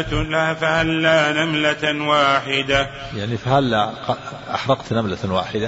S1: نملة واحدة،
S2: يعني فهلا أحرقت نملة واحدة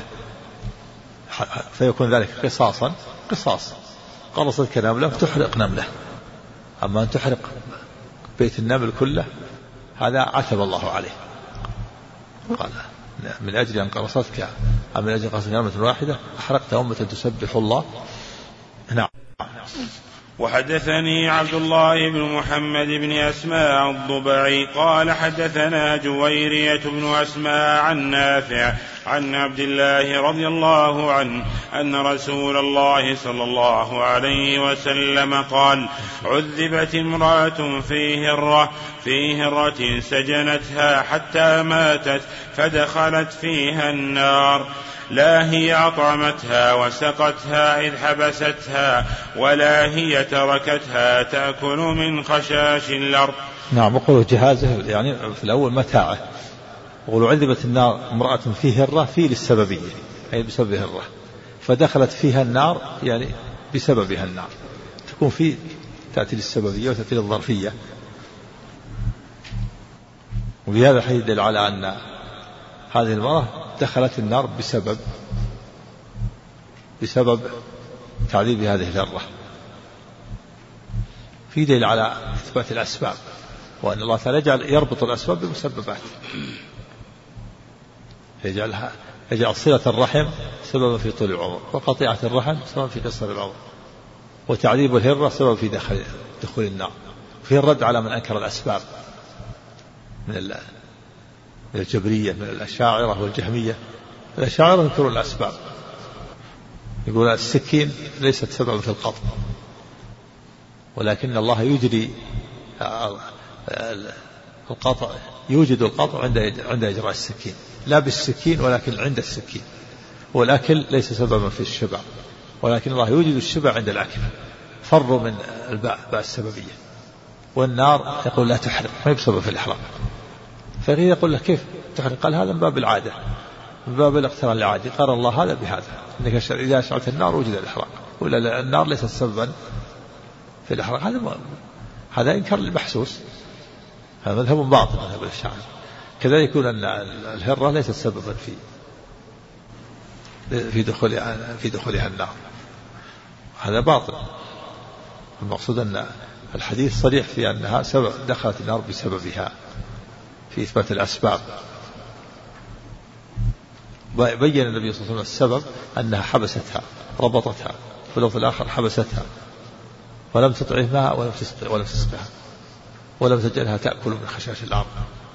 S2: فيكون ذلك قصاص قرصتك نملة تحرق نملة، أما أن تحرق بيت النمل كله هذا عتب الله عليه، قال من أجل أن قرصتك من أجل قرصتك نملة واحدة أحرقت أمة تسبح الله. نعم.
S1: وحدثني عبد الله بن محمد بن أسماء الضبعي قال حدثنا جويرية بن أسماء عن نافع عن عبد الله رضي الله عنه أن رسول الله صلى الله عليه وسلم قال: عذبت امرأة في هرة سجنتها حتى ماتت فدخلت فيها النار، لا هي أطعمتها وسقتها إذ حبستها، ولا هي تركتها تأكل من خشاش الأرض.
S2: نعم. وقوله جهازه يعني في الأول متاعه. وقوله عذبت النار امرأة في هرة في للسببية، أي بسبب هرة، فدخلت فيها النار يعني بسببها النار، تكون في تأتي للسببية وتأتي للظرفية. وبهذا الحديث يدل على أن هذه المرأة دخلت النار بسبب تعذيب هذه الهرة. في دليل على إثبات الأسباب، وأن الله تعالى يربط الأسباب بالمسببات، يجعل صلة الرحم سببا في طول العمر، وقطيعة الرحم سببا في قصر العمر، وتعذيب الهرة سبب في دخول النار. فيه الرد على من أنكر الأسباب من الجبرية، من الأشاعرة والجهمية. الأشاعرة ينكرون الأسباب، يقول السكين ليست سببا في القطع، ولكن الله يجري القطع، يوجد القطع عند إجراء السكين، لا بالسكين ولكن عند السكين. والأكل ليس سببا في الشبع، ولكن الله يوجد الشبع عند الأكل. فروا من باء السببية. والنار يقول لا تحرق، ما بسبب في الإحراق. فغير يقول له كيف تحرق؟ قال هذا من باب العادة، من باب الاقتران العادي، قال الله هذا بهذا، إنك إذا أشعلت النار وجد الإحراق، ولا النار ليست سببا في الإحراق. هذا إنكار المحسوس، هذا مذهب باطل مذهب الأشاعرة. كذلك يكون أن الهرة ليست سببا في دخولها النار، هذا باطل. المقصود أن الحديث صريح في أنها سبب دخلت النار بسببها، في إثبات الأسباب. بين النبي صلى الله عليه وسلم السبب أنها حبستها، ربطتها، في الآخر حبستها ولم تطعمها ولم تسقها ولم تجعلها تأكل من خشاش الأرض.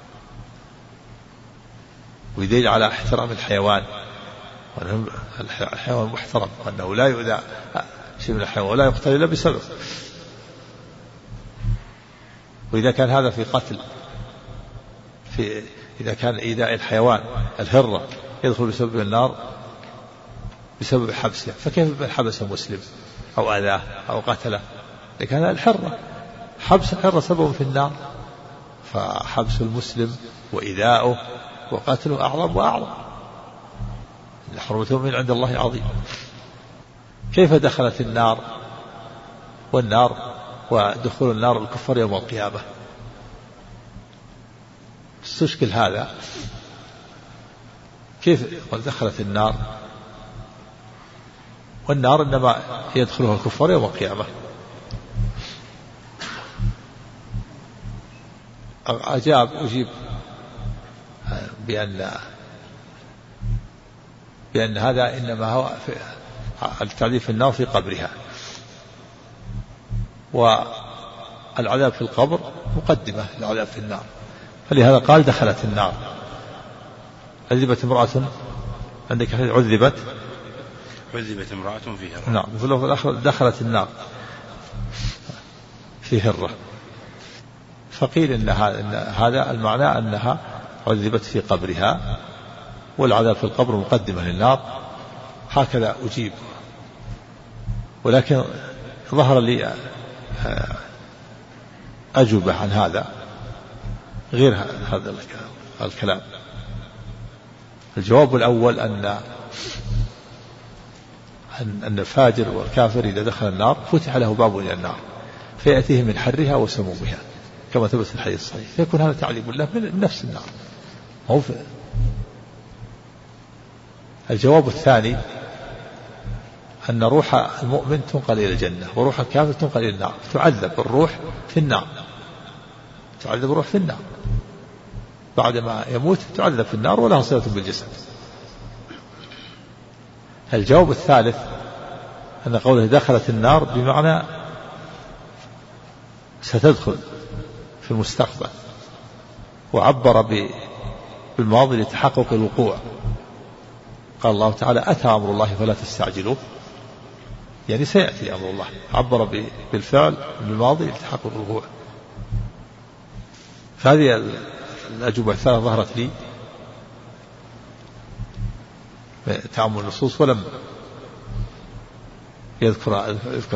S2: ويدل على احترام الحيوان، وأن الحيوان محترم، وأنه لا يؤذى شيء من الحيوان ولا يقتل إلا بسبب. وإذا كان هذا في قتل، إذا كان إيذاء الحيوان الهرة يدخل بسبب النار بسبب حبسه، فكيف حبس مسلم أو أذاه أو قتله؟ لكن هذا الحرة، حبس الحرة سبب في النار، فحبس المسلم وإيذاؤه وقتله أعظم وأعظم. حرمته من عند الله عظيم. كيف دخلت النار ودخول النار الكفار يوم القيامة؟ استشكل هذا، كيف دخلت النار؟ والنار إنما يدخلها الكفار يوم القيامة. أجيب بأن هذا إنما هو التعذيب في النار في قبرها، والعذاب في القبر مقدمة للعذاب في النار. فلهذا قال دخلت النار. عذبت امرأة، عندك عذبت
S1: امرأة في هرة.
S2: نعم. في الآخر دخلت النار في هرة. فقيل إن هذا المعنى أنها عذبت في قبرها، والعذاب في القبر مقدمة للنار. هكذا أجيب، ولكن ظهر لي أجوبة عن هذا غير هذا الكلام. الجواب الأول أن الفاجر والكافر إذا دخل النار فتح له باب إلى النار فيأتيه من حرها وسمومها كما ثبت في الحديث الصحيح، فيكون هذا تعذيب له من نفس النار. الجواب الثاني أن روح المؤمن تنقل إلى الجنة وروح الكافر تنقل إلى النار، تعذب الروح في النار، تعذب الروح في النار بعدما يموت، تعذب في النار ولها صلة بالجسد. الجواب الثالث أن قوله دخلت النار بمعنى ستدخل في المستقبل، وعبر بالماضي لتحقق الوقوع، قال الله تعالى أتى أمر الله فلا تستعجلوه، يعني سيأتي أمر الله، عبر بالفعل بالماضي لتحقق الوقوع. فهذه الأجوبة الثلاثة ظهرت لي تأمل النصوص، ولم يذكر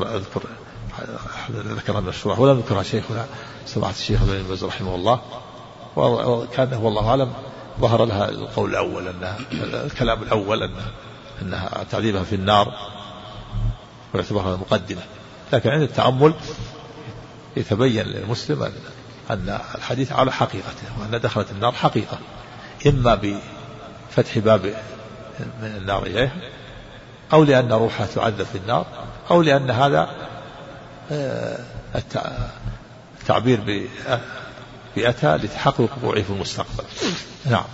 S2: ذكرها الشروح، ولم يذكرها شيخنا سماحة الشيخ ابن باز رحمه الله، وكان والله أعلم ظهر لها القول الأول، الكلام الأول أنها تعذيبها في النار ويعتبرها مقدمة. لكن عند التأمل يتبين للمسلم أن الحديث على حقيقته، وأن دخلت النار حقيقة، إما بفتح باب من النار إليها، أو لأن روحها تعذب في النار، أو لأن هذا التعبير بأتى لتحقق وقوعه في المستقبل. نعم.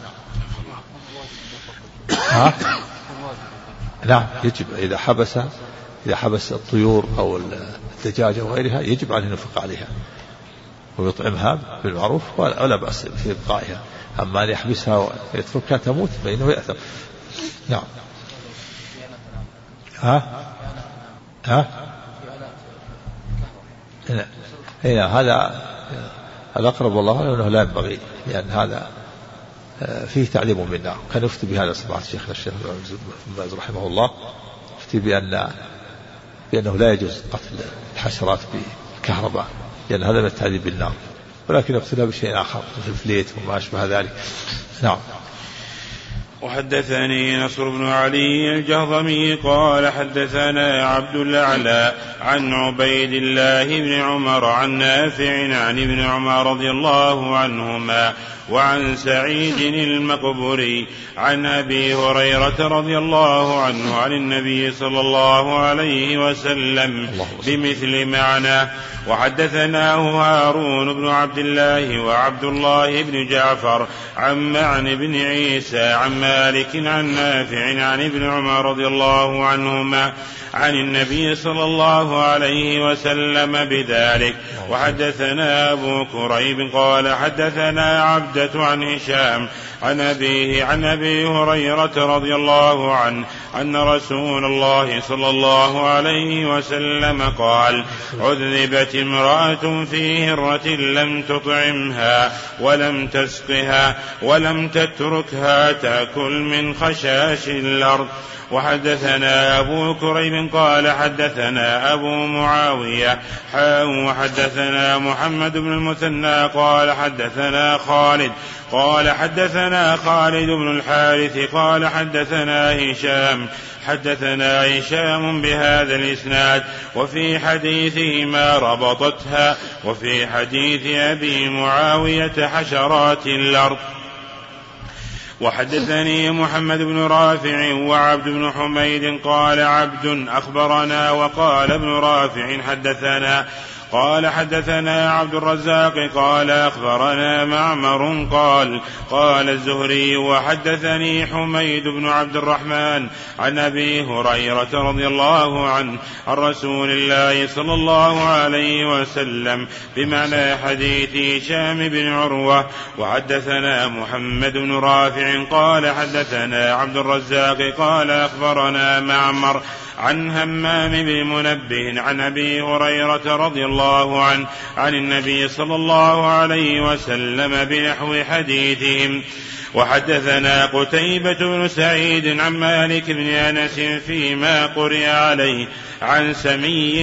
S2: نعم يجب إذا حبس الطيور أو الدجاجة وغيرها يجب عليه ينفق عليها ويطعمها بالمعروف، ولا بأس في إبقائها. أما أن يحبسها ويتركها تموت فإنه يأثم. نعم. هذا الأقرب والله أنه لا ينبغي، لأن هذا فيه تعليم بالنار. كان يفتي بهذا سماحة الشيخ ابن باز رحمه الله، يفتي بأنه لا يجوز قتل الحشرات بالكهرباء، لأن هذا من التعذيب بالنار، ولكن يقتلها بشيء آخر مثل الفليت وما أشبه ذلك. نعم.
S1: وحدثني نصر بن علي الجهضمي قال حدثنا عبد الأعلى عن عبيد الله بن عمر عن نافع عن ابن عمر رضي الله عنهما وعن سعيد المقبري عن أبي هريرة رضي الله عنه عن النبي صلى الله عليه وسلم بمثل معناه. وحدثناه هارون بن عبد الله وعبد الله بن جعفر عن معن بن عيسى عن مالك عن نافع عن ابن عمر رضي الله عنهما عن النبي صلى الله عليه وسلم بذلك. وحدثنا أبو كريب قال حدثنا عبدة عن هشام عن أبيه عن أبي هريرة رضي الله عنه أن رسول الله صلى الله عليه وسلم قال عذبت امرأة في هرة لم تطعمها ولم تسقها ولم تتركها تأكل من خشاش الأرض. وحدثنا أبو كريب قال حدثنا أبو معاوية وحدثنا محمد بن المثنى قال حدثنا خالد قال حدثنا خالد بن الحارث قال حدثنا هشام بهذا الإسناد وفي حديثه ما ربطتها وفي حديث أبي معاوية حشرات الأرض. وحدثني محمد بن رافع وعبد بن حميد قال عبد أخبرنا وقال ابن رافع حدثنا قال حدثنا عبد الرزاق قال أخبرنا معمر قال الزهري وحدثني حميد بن عبد الرحمن عن أبي هريرة رضي الله عنه عن رسول الله صلى الله عليه وسلم بمعنى حديث هشام بن عروة. وحدثنا محمد بن رافع قال حدثنا عبد الرزاق قال أخبرنا معمر عن همام بن منبه عن أبي هريرة رضي الله عنه عن النبي صلى الله عليه وسلم بنحو حديثهم. وحدثنا قتيبة بن سعيد عن مالك بن أنس فيما قرئ عليه عن سمي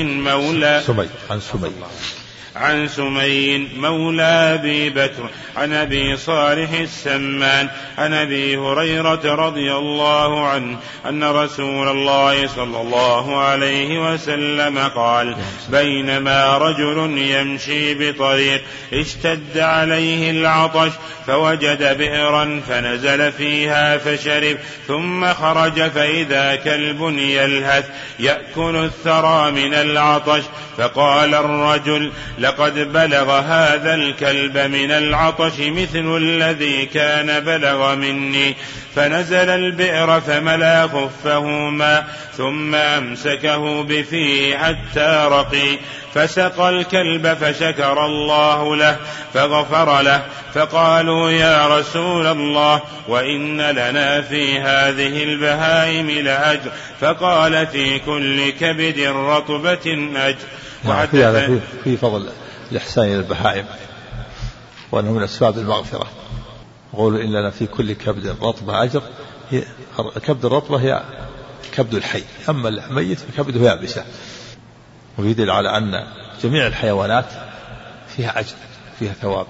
S1: مولى أبي بكر عن أبي صالح السمان عن أبي هريرة رضي الله عنه أن رسول الله صلى الله عليه وسلم قال بينما رجل يمشي بطريق اشتد عليه العطش فوجد بئرا فنزل فيها فشرب ثم خرج فإذا كلب يلهث يأكل الثرى من العطش فقال الرجل لقد بلغ هذا الكلب من العطش مثل الذي كان بلغ مني، فنزل البئر فملا خفه ماء ثم أمسكه بفيه حتى رقي، فسقى الكلب فشكر الله له فغفر له. فقالوا يا رسول الله وإن لنا في هذه البهائم لأجر، فقال في كل كبد رطبة أجر.
S2: في فضل الإحسان إلى البهائم وأنه من أسباب المغفرة. قولوا إن لنا في كل كبد رطبة أجر. كبد الرطبة هي كبد الحي، أما الميت فكبده يابسة. ويدل على أن جميع الحيوانات فيها أجر، فيها ثواب،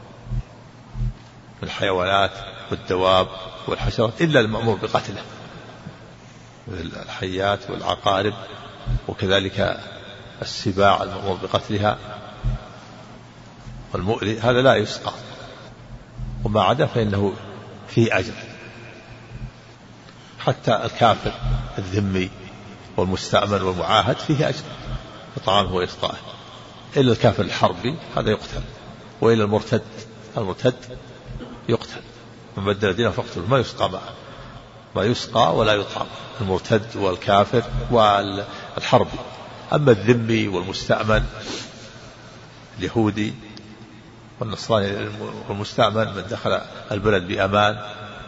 S2: الحيوانات والدواب والحشرات إلا المأمور بقتله، الحيات والعقارب، وكذلك السباع المأمور بقتلها والمؤذي هذا لا يسقى، وما عدا فإنه فيه أجر. حتى الكافر الذمي والمستأمن والمعاهد فيه أجر إطعامه وإسقائه، إلا الكافر الحربي هذا يقتل، وإلا المرتد يقتل، من بدل دينه فاقتله، ما يسقى ولا يطعم، المرتد والكافر والحربي. أما الذمي والمستأمن اليهودي والنصراني والمستأمن من دخل البلد بأمان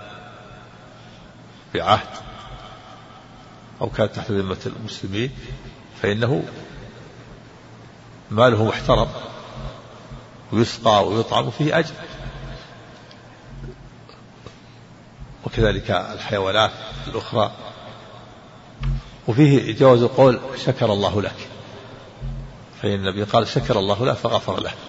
S2: بعهد أو كان تحت ذمة المسلمين فإنه ماله محترم ويسقى ويطعم فيه أجر. وكذلك الحيوانات الأخرى. وفيه جواز قول شكر الله لك، فإن النبي قال شكر الله له فغفر له.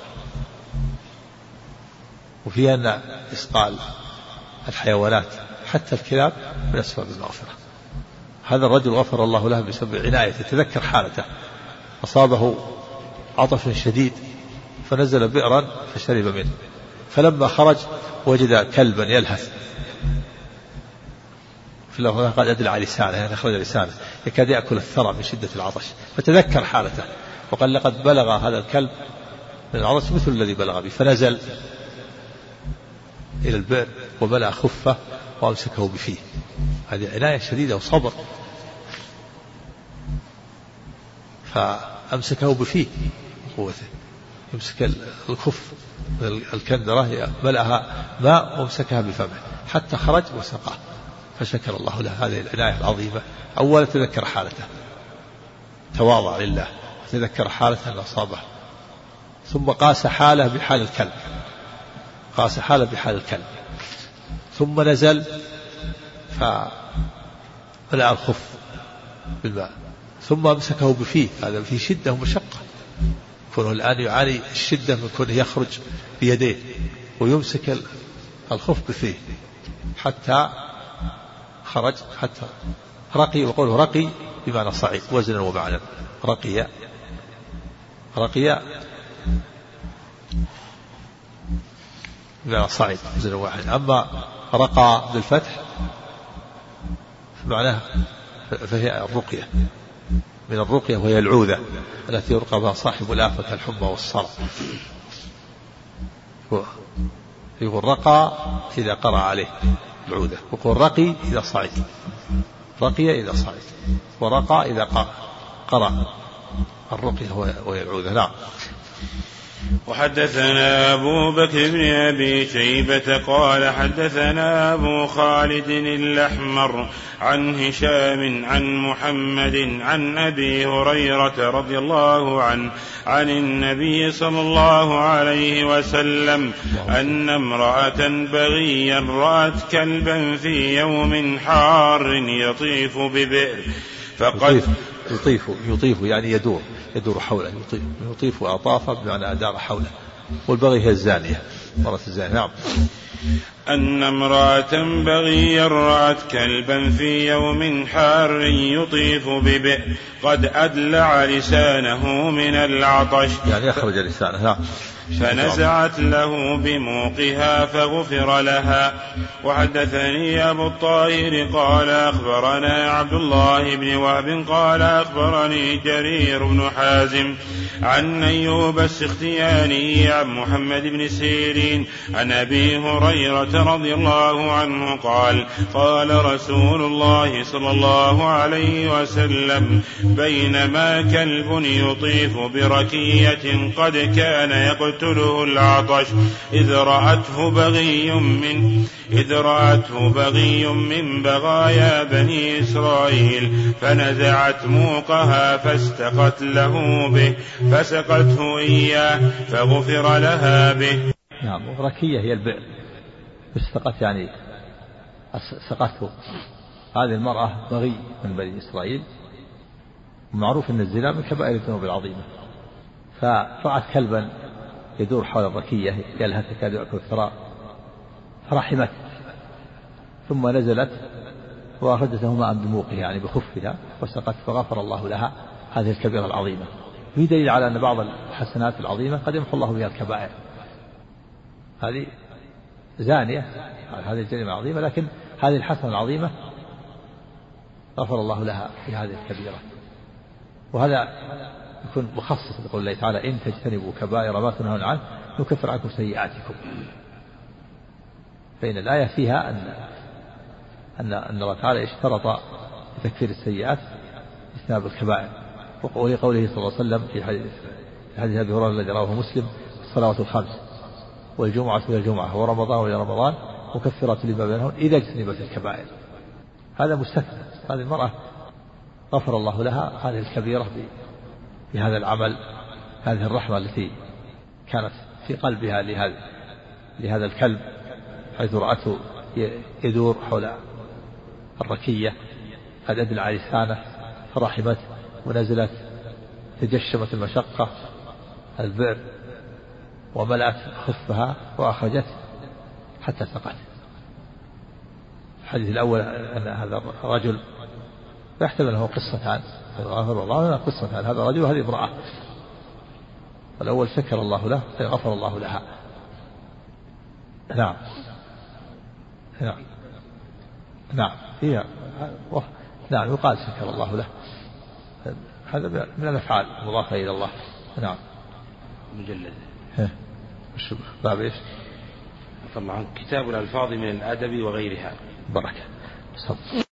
S2: وفيه أن إسقاء الحيوانات حتى الكلاب من أسباب المغفرة. هذا الرجل غفر الله له بسبب عنايته، تذكر حالته، أصابه عطش شديد فنزل بئرا فشرب منه، فلما خرج وجد كلبا يلهث في الله قال أدلع لسانه، يعني أخرج لسانه يكاد يأكل الثرى من شدة العطش، فتذكر حالته وقال لقد بلغ هذا الكلب من العطش مثل الذي بلغ به، فنزل إلى البئر وملأ خفه وأمسكه بفيه. هذه عناية شديدة وصبر، فأمسكه بفيه قوته، يمسك الخف الكندرة ملأها ماء وامسكها بفمه حتى خرج وسقاه فشكر الله له. هذه العناية العظيمة. أولا تذكر حالته، تواضع لله، تذكر حالته أن أصابه، ثم قاس حاله بحال الكلب، قاس حاله بحال الكلب، ثم نزل فملأ الخف بالماء ثم أمسكه بفيه. هذا فيه شدة ومشقة، كونه الآن يعاني الشدة من كونه يخرج بيديه ويمسك الخف بفيه حتى خرج، حتى رقي. وقوله رقي بمعنى صعيد وزنا ومعنى، رقي بمعنى صعيد وزنا واحد. أما رقى بالفتح معناه فهي الرقية، من الرقية وهي العوذة التي يرقى بها صاحب الآفة كالحمى والصرع. يقول رقى إذا قرأ عليه العوذة، ويقول رقي إذا صعد، رقي إذا صعد، ورقى إذا قرأ الرقية وهي العوذة. نعم.
S1: وحدثنا أبو بكر بن أبي شيبة قال حدثنا أبو خالد الأحمر عن هشام عن محمد عن أبي هريرة رضي الله عنه عن النبي صلى الله عليه وسلم أن امرأة بغيا رأت كلبا في يوم حار يطيف ببئر فقد
S2: يطيف يعني يدور حوله، يطيف وأطاف بمعنى أدار حوله، والبغي هي الزانية، مرة الزانية. نعم.
S1: أن امرأة بغيا رأت كلبا في يوم حار يطيف ببئر قد أدلع لسانه من العطش،
S2: يعني أخرج لسانه. نعم.
S1: فنزعت له بموقها فغفر لها. وحدثني أبو الطاهر قال أخبرنا عبد الله بن وهب قال أخبرني جرير بن حازم عن أيوب السختياني عن محمد بن سيرين عن أبي هريرة رضي الله عنه قال قال رسول الله صلى الله عليه وسلم بينما كلب يطيف بركية قد كان يقتله العطش إذ رأته بغي من بغايا بني إسرائيل فنزعت موقها فاستقت له به فسقته إياه فغفر لها به.
S2: نعم. ركية هي البئر، استقت يعني سقته. هذه المرأة بغي من بني إسرائيل، ومعروف أن الزنا من كبائر الذنوب العظيمة، فرأت كلبا يدور حول الركية يلهث يكاد يأكل الثراء فرحمته، ثم نزلت وأخرجته ماء بموقها يعني بخفها وسقت فغفر الله لها هذه الكبيرة العظيمة. في دليل على أن بعض الحسنات العظيمة قد يمحو الله بها الكبائر. هذه زانية، هذه الجريمة العظيمة، لكن هذه الحسنة العظيمة غفر الله لها في هذه الكبيرة. وهذا يكون مخصص بقول الله تعالى إن تجتنبوا كبائر ما تنهون عنه نكفر عنكم سيئاتكم. فإن الآية فيها أن الله تعالى اشترط لتكفير السيئات اجتناب الكبائر، وقوله صلى الله عليه وسلم في حديث أبي هريرة الذي رواه مسلم الصلوات الخمس والجمعة إلى الجمعة ورمضان إلى رمضان مكفرات لما بينهن إذا اجتنبت الكبائر. هذا مستثنى. هذه المرأة غفر الله لها هذه الكبيرة بهذا العمل، هذه الرحمة التي كانت في قلبها لهذا الكلب، حيث رأته يدور حول الركية قد أدلى على لسانه فرحمته ونزلت تجشمت المشقة البئر وملأت خفها وأخرجت حتى سقت. الحديث الأول أن هذا الرجل يحتمل له قصتان، غفر الله له قصتان، هذا رجل وهذه امرأة. الأول سكر الله له فغفر الله لها. نعم نعم نعم فيها نعم يقال سكر الله له، هذا من الأفعال المضافة إلى الله. نعم.
S1: مجلد
S2: باب إيش؟
S1: طبعا كتاب الألفاظ من الأدب وغيرها.
S2: بركة.